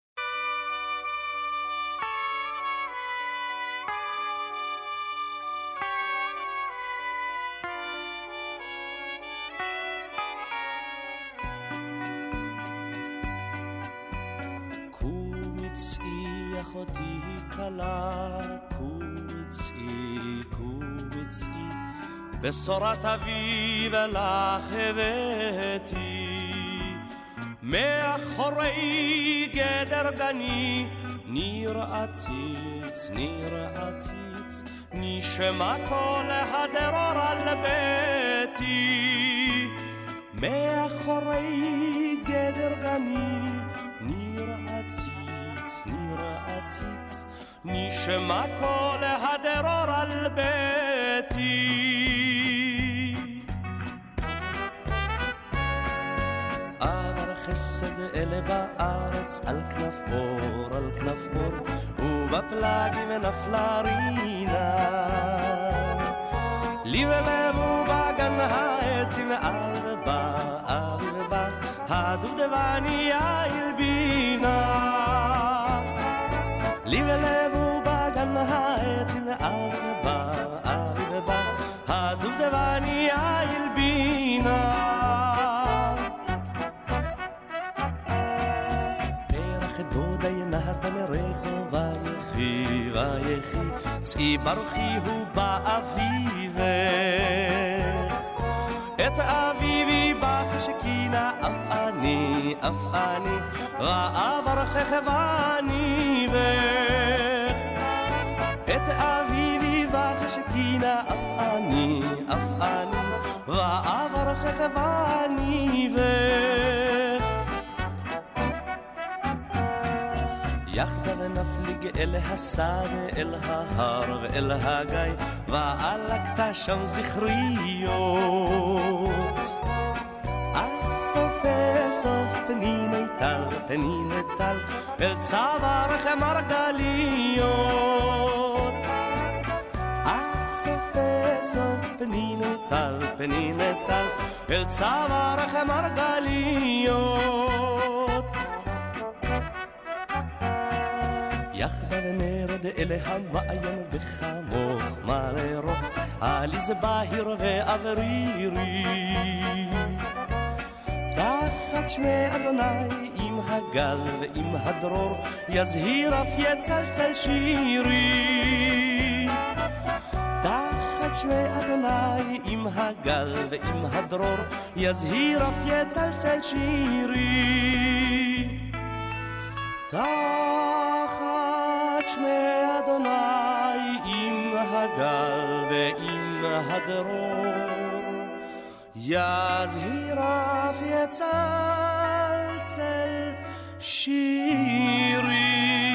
אחותי קלה, קומצי, קומצי, בשורת אביב לך הבאתי, מאחורי גדר גני, ניר עציץ, ניר עציץ, נשמתו להדרור על ביתי, מאחורי גדר גני, ניר עציץ, ניר עציץ, נשמתו להדרור על ביתי. עבר חסד אלה בארץ על כנף אור, על כנף אור, ובפלגים נפלה רינה. לי ולבו בגן העצים אביבה, אביבה, הדובדבני הלבינה. לי ולבו בגן העצים אביבה, אביבה, הדובדבני הלבינה. פרח דודה ינהתן רחובה יחי ויחי, צאי ברוכי הוא באביבך, את אביבי בחשקינה אף אני, אף אני, ראה ברכך ואני בך, את אביבי בחשקינה אף אני, אף אני, ראה ברכך ואני בך. יחדיו נפליג אל השד, אל ההר ואל הגיא, ועלקת שם זכריות. אסוף אסוף פניני טל, פניני טל, אל צווארך מרגליות. אסוף אסוף פניני טל, פניני טל, אל צווארך מרגליות. יחדיו נרד אל המעיין וחמוך מלרוך, עליז בהיר ואוורירי. תחת שמי אדוני עם הגל ועם הדרור, יזהיר אף יצלצל שירי. תחת שמי אדוני עם הגל ועם הדרור יזהיר אף יצלצל שירי תחת שמי אדוני עם הגל ועם הדרור יזהיר אף יצלצל שירי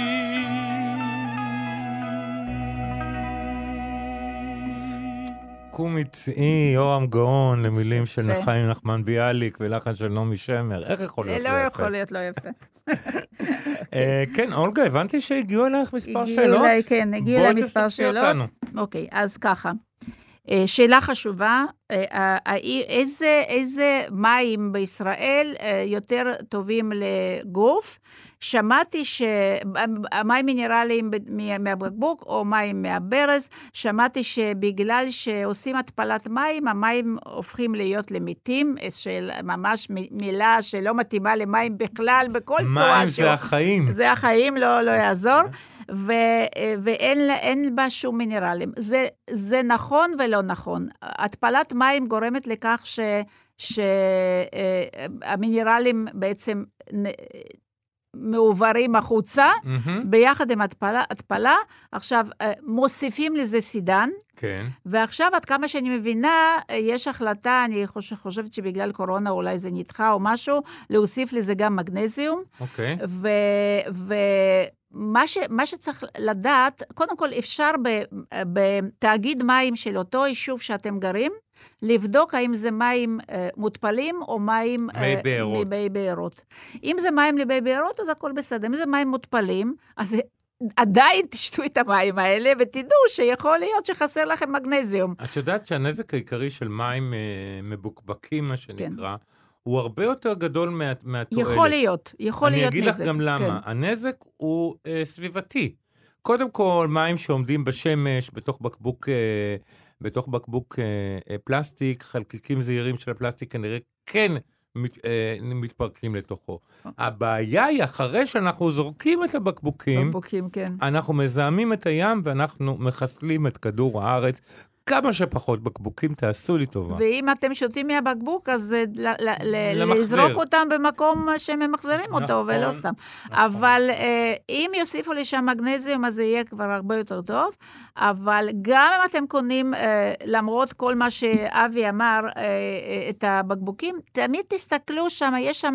קומי צאי, יורם גאון, למילים של נחיים נחמן ביאליק ולחן של נעמי שמר. איך יכול להיות לא יפה? לא יכול להיות לא יפה. כן, אולגה, הבנתי שהגיעו אלייך מספר שאלות. הגיעו אליי, כן, הגיעו אליי מספר שאלות. אותנו. אוקיי, אז ככה. שאלה חשובה, איזה, איזה מים בישראל יותר טובים לגוף? שמעתי שהמים מינרליים מהבקבוק או מים מהברז, שמעתי שבגלל שעושים התפלת מים, המים הופכים להיות למיתים, של ממש מילה שלא מתאימה למים בכלל, בכל צורה. מים זה החיים. זה החיים, לא, לא יעזור, ו, ואין אין בה שום מינרלים. זה, זה נכון ולא נכון. התפלת מים גורמת לכך ש, שהמינרלים בעצם מעוברים החוצה, mm-hmm. ביחד עם התפלה, התפלה, עכשיו מוסיפים לזה סידן, כן. ועכשיו עד כמה שאני מבינה, יש החלטה, אני חושב, חושבת שבגלל קורונה אולי זה נדחה או משהו, להוסיף לזה גם מגנזיום, אוקיי. Okay. ו... ו מה, ש, מה שצריך לדעת, קודם כל אפשר בתאגיד מים של אותו יישוב שאתם גרים, לבדוק האם זה מים אה, מותפלים או מים מי בארות. מי בארות. אם זה מים לבי בארות, אז הכל בסדר. אם זה מים מותפלים, אז עדיין תשתו את המים האלה, ותדעו שיכול להיות שחסר לכם מגנזיום. את יודעת שהנזק העיקרי של מים אה, מבוקבקים, מה שנקרא, כן. הוא הרבה יותר גדול מה, מהתועלת. יכול להיות, יכול להיות נזק. אני אגיד לך גם למה. כן. הנזק הוא אה, סביבתי. קודם כל, מים שעומדים בשמש, בתוך בקבוק, אה, בתוך בקבוק אה, אה, פלסטיק, חלקיקים זעירים של הפלסטיק כנראה כן מת, אה, מתפרקים לתוכו. Okay. הבעיה היא, אחרי שאנחנו זורקים את הבקבוקים, בקבוקים, כן. אנחנו מזהמים את הים ואנחנו מחסלים את כדור הארץ, כמה שפחות בקבוקים, תעשו לי טובה. ואם אתם שותים מהבקבוק, אז לזרוק אותם במקום שממחזרים אותו, ולא סתם. אבל אם יוסיפו לי שם מגנזיום, אז זה יהיה כבר הרבה יותר טוב. אבל גם אם אתם קונים, למרות כל מה שאבי אמר, את הבקבוקים, תמיד תסתכלו שם, יש שם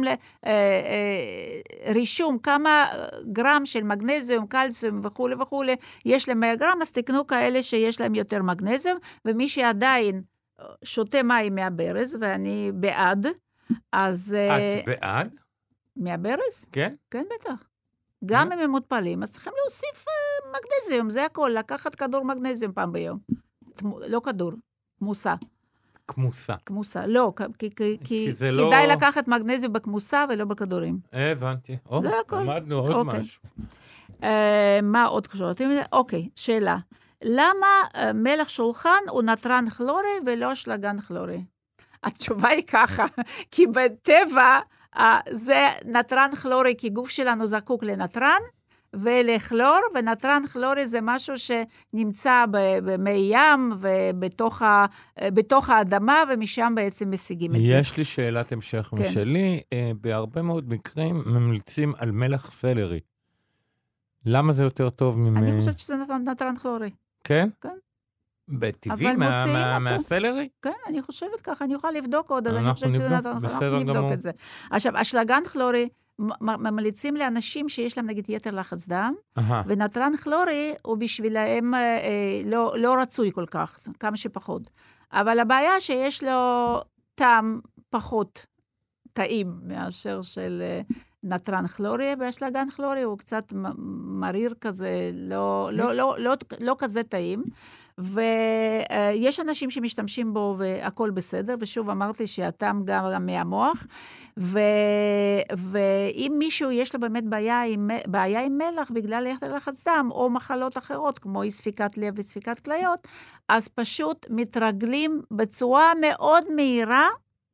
רישום, כמה גרם של מגנזיום, קלציום וכו' וכו', יש להם מאה גרם, אז תקנו כאלה שיש להם יותר מגנזיום, ומי שעדיין שותה מים מהברז, ואני בעד, אז... את בעד? מהברז? כן? כן, בטח. גם אם הם מותפלים, אז צריכים להוסיף מגנזיום, זה הכל, לקחת כדור מגנזיום פעם ביום. לא כדור, כמוסה. כמוסה. כמוסה, לא, כי, כי, כי כדאי לא... לקחת מגנזיום בכמוסה ולא בכדורים. הבנתי. או, זה הכל. למדנו עוד אוקיי. משהו. Uh, מה עוד קשור? אוקיי, שאלה. למה uh, מלח שולחן הוא נתרן כלורי ולא שלגן כלורי? התשובה היא ככה, כי בטבע uh, זה נתרן כלורי, כי גוף שלנו זקוק לנתרן ולכלור, ונתרן כלורי זה משהו שנמצא במי ים ובתוך ה, בתוך האדמה, ומשם בעצם משיגים את זה. יש לי שאלת המשך כן. משלי, בהרבה מאוד מקרים ממליצים על מלח סלרי. למה זה יותר טוב ממ... אני חושבת שזה נתרן כלורי. כן? כן. בטבעי מה, מה, מהסלרי? כן, אני חושבת ככה, אני יכולה לבדוק עוד, אז אני חושבת שזה נתרן כלורי. אנחנו נבדוק את זה. עכשיו, השלגן כלורי, ממליצים לאנשים שיש להם נגיד יתר לחץ דם, ונתרן כלורי הוא בשבילהם לא, לא רצוי כל כך, כמה שפחות. אבל הבעיה שיש לו טעם פחות טעים מאשר של נתרן כלורי, והשלגן כלורי הוא קצת מריר כזה, לא, לא, לא, לא, לא כזה טעים. ויש אנשים שמשתמשים בו והכל בסדר, ושוב אמרתי שהטעם גם מהמוח, ו... ואם מישהו יש לו באמת בעיה עם, בעיה עם מלח בגלל יתר לחץ דם, או מחלות אחרות, כמו אי ספיקת לב וספיקת כליות, אז פשוט מתרגלים בצורה מאוד מהירה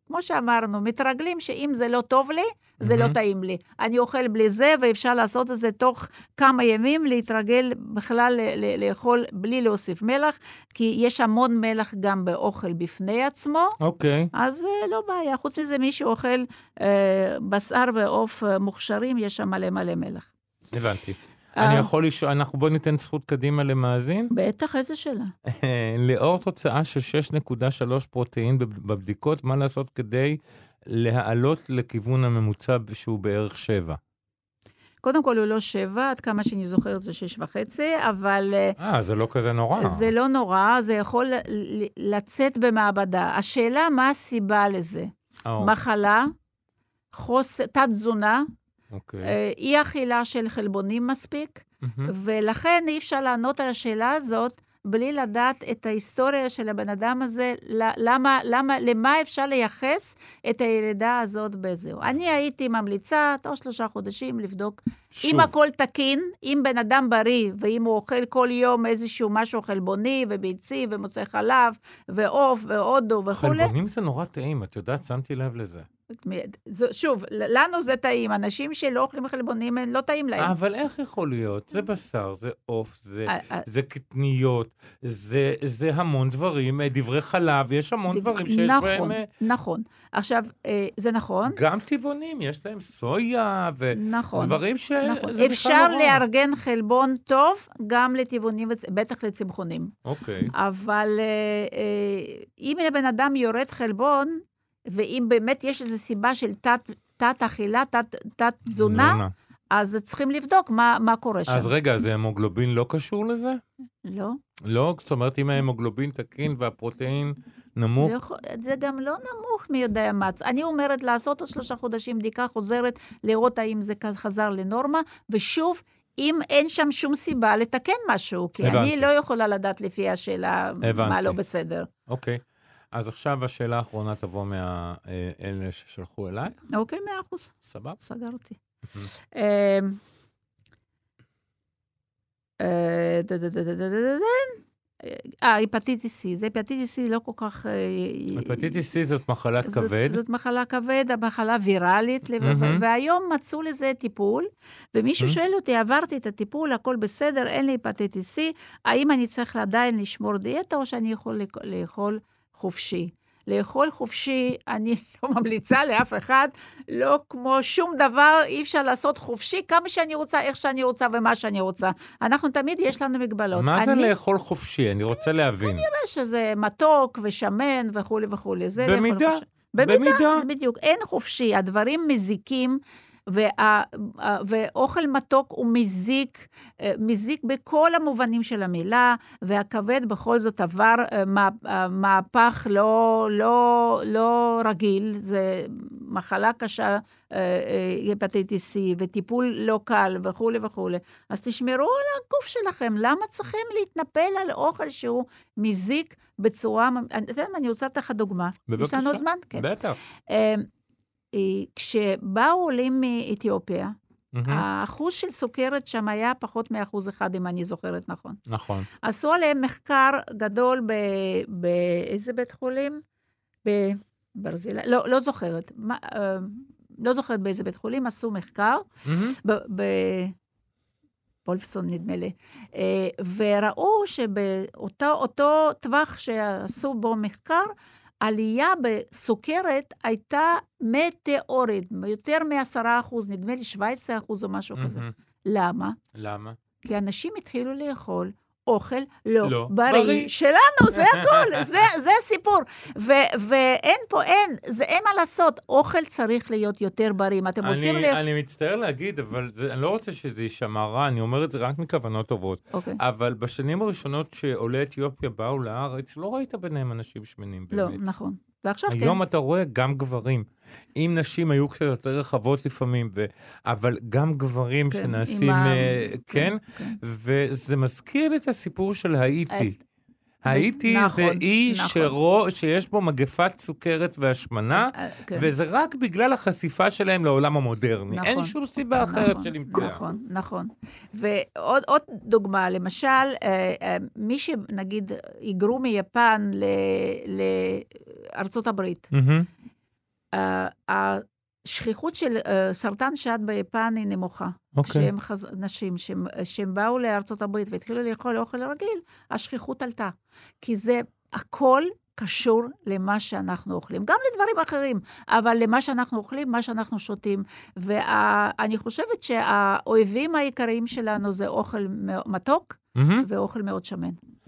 כמו שאמרנו, מתרגלים שאם זה לא טוב לי, זה לא טעים לי. אני אוכל בלי זה, ואפשר לעשות את זה תוך כמה ימים, להתרגל בכלל לאכול בלי להוסיף מלח, כי יש המון מלח גם באוכל בפני עצמו. אוקיי. אז לא בעיה. חוץ מזה, מי שאוכל בשר ועוף מוכשרים, יש שם מלא מלא מלח. הבנתי. אני יכול לשאול, אנחנו בוא ניתן זכות קדימה למאזין. בטח, איזה שאלה. לאור תוצאה של שש נקודה שלוש פרוטאין בבדיקות, מה לעשות כדי להעלות לכיוון הממוצע שהוא בערך שבע? קודם כל הוא לא שבע, עד כמה שאני זוכרת זה שש וחצי, אבל... אה, זה לא כזה נורא. זה לא נורא, זה יכול לצאת במעבדה. השאלה מה הסיבה לזה? מחלה, תת תזונה, אי אכילה של חלבונים מספיק, ולכן אי אפשר לענות על השאלה הזאת, בלי לדעת את ההיסטוריה של הבן אדם הזה, למה, למה, למה אפשר לייחס את הירידה הזאת בזהו. אני הייתי ממליצה, תוך שלושה חודשים, לבדוק אם הכל תקין, אם בן אדם בריא, ואם הוא אוכל כל יום איזשהו משהו חלבוני, וביצי, ומוצא חלב, ועוף, והודו, וכו'. חלבונים זה נורא טעים, את יודעת, שמתי לב לזה. שוב, לנו זה טעים, אנשים שלא אוכלים חלבונים, לא טעים להם. אבל איך יכול להיות? זה בשר, זה עוף, זה קטניות, זה המון דברים, דברי חלב, יש המון דברים שיש בהם... נכון, נכון. עכשיו, זה נכון. גם טבעונים, יש להם סויה, ודברים ש... אפשר לארגן חלבון טוב, גם לטבעונים, בטח לצמחונים. אוקיי. אבל אם הבן אדם יורד חלבון, ואם באמת יש איזו סיבה של תת, תת אכילה, תת, תת תזונה, אז צריכים לבדוק מה, מה קורה שם. אז רגע, אז ההמוגלובין לא קשור לזה? לא. לא? זאת אומרת, אם ההמוגלובין תקין והפרוטאין נמוך? זה, זה גם לא נמוך מי יודע מה. אני אומרת לעשות עוד שלושה חודשים בדיקה חוזרת, לראות האם זה חזר לנורמה, ושוב, אם אין שם שום סיבה לתקן משהו, כי הבנתי. אני לא יכולה לדעת לפי השאלה הבנתי. מה לא בסדר. אוקיי. אז עכשיו השאלה האחרונה תבוא מהאלה ששלחו אליי. אוקיי, מאה אחוז. סבב. סגרתי. אה, הפטיטיס C. זה הפטיטיס C לא כל כך... הפטיטיס C זאת מחלת כבד. זאת מחלה כבד, המחלה ויראלית, והיום מצאו לזה טיפול, ומישהו שואל אותי, עברתי את הטיפול, הכל בסדר, אין לי הפטיטיס C, האם אני צריך עדיין לשמור דיאטה, או שאני יכול לאכול חופשי. לאכול חופשי, אני לא ממליצה לאף אחד, לא כמו שום דבר, אי אפשר לעשות חופשי, כמה שאני רוצה, איך שאני רוצה ומה שאני רוצה. אנחנו תמיד, יש לנו מגבלות. מה זה לאכול חופשי? אני רוצה להבין. אני נראה שזה מתוק ושמן וכו' וכו'. במידה. במידה, בדיוק. אין חופשי, הדברים מזיקים, וה, ואוכל מתוק הוא מזיק, מזיק בכל המובנים של המילה, והכבד בכל זאת עבר מהפך לא, לא, לא רגיל, זה מחלה קשה, הפטיטיס C, וטיפול לא קל וכו' וכו'. אז תשמרו על הגוף שלכם, למה צריכים להתנפל על אוכל שהוא מזיק בצורה, אני רוצה לתת לך דוגמה. בבקשה. יש לנו עוד זמן? כן. בטח. כשבאו עולים מאתיופיה, האחוז של סוכרת שם היה פחות מאחוז אחד, אם אני זוכרת נכון. נכון. עשו עליהם מחקר גדול באיזה בית חולים? בברזיל, לא, לא זוכרת. לא זוכרת באיזה בית חולים, עשו מחקר, בוולפסון נדמה לי, וראו שבאותו טווח שעשו בו מחקר, עלייה בסוכרת הייתה מטאורית, יותר מ-עשרה אחוז, נדמה לי שבע עשרה אחוז או משהו כזה. למה? למה? כי אנשים התחילו לאכול אוכל לא, לא בריא, בריא שלנו, זה הכל, זה, זה הסיפור. ו- ואין פה, אין, זה אין מה לעשות, אוכל צריך להיות יותר בריא. אתם אני, רוצים... אני לח... מצטער להגיד, אבל זה, אני לא רוצה שזה יישמע רע, אני אומר את זה רק מכוונות טובות. אוקיי. אבל בשנים הראשונות שעולי אתיופיה באו לארץ, לא ראית ביניהם אנשים שמנים באמת. לא, נכון. ועכשיו כן. היום אתה רואה גם גברים. אם נשים היו קצת יותר רחבות לפעמים, ו... אבל גם גברים כן, שנעשים, ה... כן, כן, כן. וזה מזכיר את הסיפור של האיטי. את... האיטי נכון, זה אי נכון. שרו, שיש בו מגפת סוכרת והשמנה, כן. וזה רק בגלל החשיפה שלהם לעולם המודרני. נכון, אין שום סיבה אחרת נכון, שנמצאה. נכון, נכון. ועוד עוד דוגמה, למשל, מי שנגיד היגרו מיפן לארצות הברית, Mm-hmm. השכיחות של סרטן שד ביפן היא נמוכה. כשהם נשים, שהם באו לארצות הברית והתחילו לאכול אוכל רגיל, השכיחות עלתה. כי זה הכל קשור למה שאנחנו אוכלים. גם לדברים אחרים, אבל למה שאנחנו אוכלים, מה שאנחנו שותים. ואני חושבת שהאויבים העיקריים שלנו זה אוכל מתוק ואוכל מאוד שמן.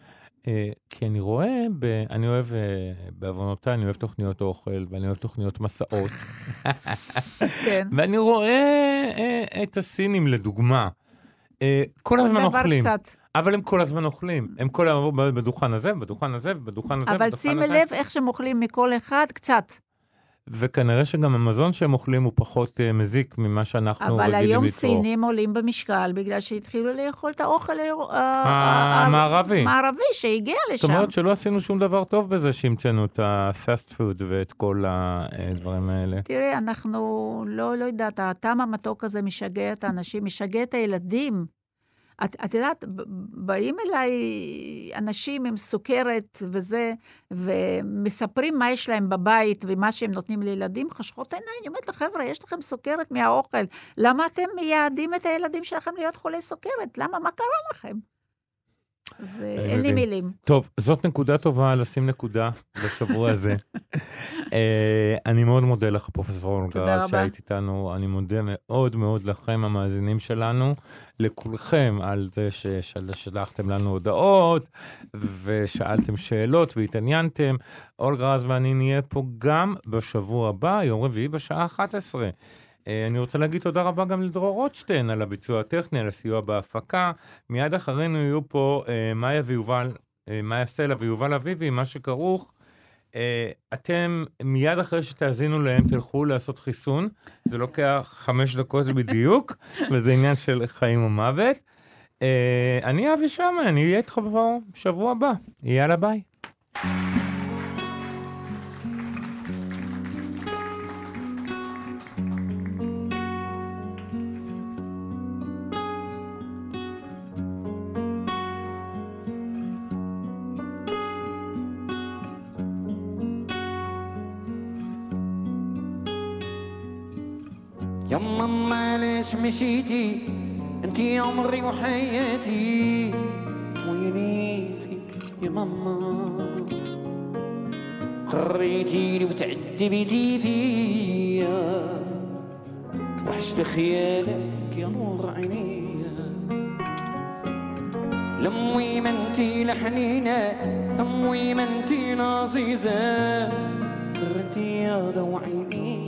כי אני רואה, אני אוהב, בעוונותיי, אני אוהב תוכניות אוכל, ואני אוהב תוכניות מסעות. כן. ואני רואה את הסינים, לדוגמה. כל הזמן אוכלים. אבל הם כל הזמן אוכלים. הם כל הזמן בדוכן הזה, בדוכן הזה, בדוכן הזה, אבל שימי לב איך שהם אוכלים מכל אחד קצת. וכנראה שגם המזון שהם אוכלים הוא פחות uh, מזיק ממה שאנחנו רגילים לצרוך. אבל היום סינים עולים במשקל, בגלל שהתחילו לאכול את האוכל המערבי. המערבי שהגיע לשם. זאת אומרת שלא עשינו שום דבר טוב בזה שהמצאנו את הפסט פוד ואת כל הדברים האלה. תראי, אנחנו לא, לא יודעת, הטעם המתוק הזה משגע את האנשים, משגע את הילדים. את, את יודעת, באים אליי אנשים עם סוכרת וזה, ומספרים מה יש להם בבית, ומה שהם נותנים לילדים, חשכות עיניים, אני אומרת לחבר'ה, יש לכם סוכרת מהאוכל, למה אתם מייעדים את הילדים שלכם להיות חולי סוכרת? למה? מה קרה לכם? אז אין לי מילים. טוב, זאת נקודה טובה לשים נקודה בשבוע הזה. אני מאוד מודה לך, פרופסור אולגרז, שהיית איתנו. אני מודה מאוד מאוד לכם, המאזינים שלנו, לכולכם על זה ששלחתם לנו הודעות, ושאלתם שאלות והתעניינתם. אולגרז ואני נהיה פה גם בשבוע הבא, יום רביעי בשעה אחת עשרה. אני רוצה להגיד תודה רבה גם לדרור רוטשטיין על הביצוע הטכני, על הסיוע בהפקה. מיד אחרינו יהיו פה מאיה ויובל, מאיה סלע ויובל אביבי, מה שכרוך. אתם מיד אחרי שתאזינו להם תלכו לעשות חיסון. זה לוקח חמש דקות בדיוק, וזה עניין של חיים ומוות. אני אבי שמה, אני אהיה איתך פה בשבוע הבא. יאללה ביי. يا ماما ليش مشيتي انتي عمري وحياتي ويني فيك يا ماما قريتيني وتعذبتي فيا توحشت خيالك يا نور عينيا لموي ما انتي لحنينة لموي ما انتي عزيزة انتي يا ضو عينيا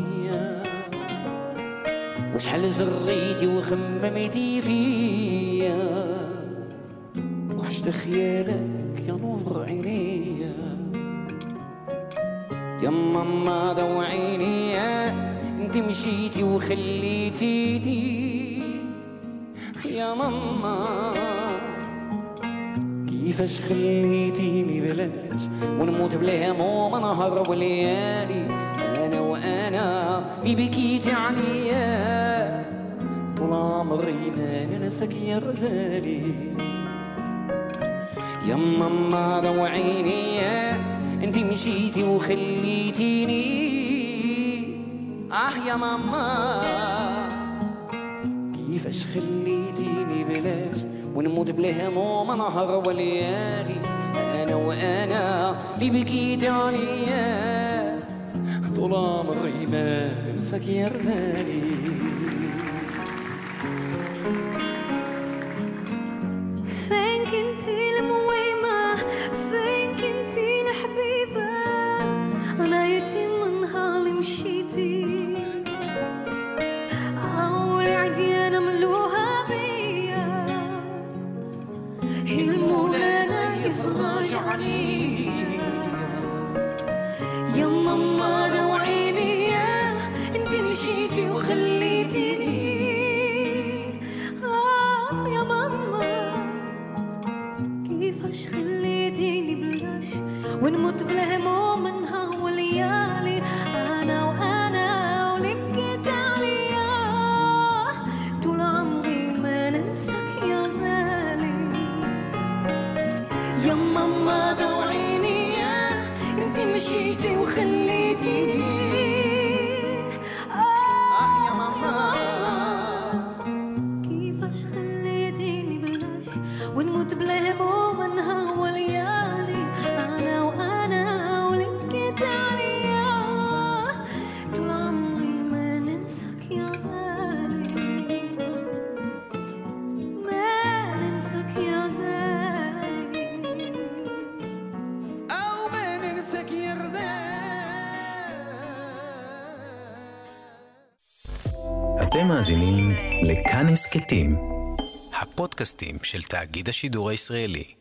وشحال جريتي وخممتي فيا وحشت خيالك يا نور عينيا يا ماما دوعيني انت مشيتي وخليتيني يا ماما كيفاش خليتيني بلاش ونموت بلا هموم نهار وليالي انا وانا اللي بكيتي عليا طول عمري ما ننساك يا غزالي يا ماما دوعيني انتي مشيتي وخليتيني اه يا ماما كيفاش خليتيني بلاش ونموت بلا هموم نهار وليالي انا وانا اللي بكيتي عليا طول عمري ما ننساك يا غزالي فين كنتي المويمة فين كنتي الحبيبة أنا يتيم من نهار مشيتي عولي عديانة ملوها بيا المولانا يفرج عليا يا ماما دوعيني انتي مشيتي وخليتيني آه يا ماما كيفاش خليتيني بلاش ونموت بلا هموم نهار وليالي انا وانا واللي بكيت عليا طول عمري ما ننساك يا غزالي يا ماما دوعيني انتي مشيتي وخليتيني אתם מאזינים לכאן הסכתים, הפודקאסטים של תאגיד השידור הישראלי.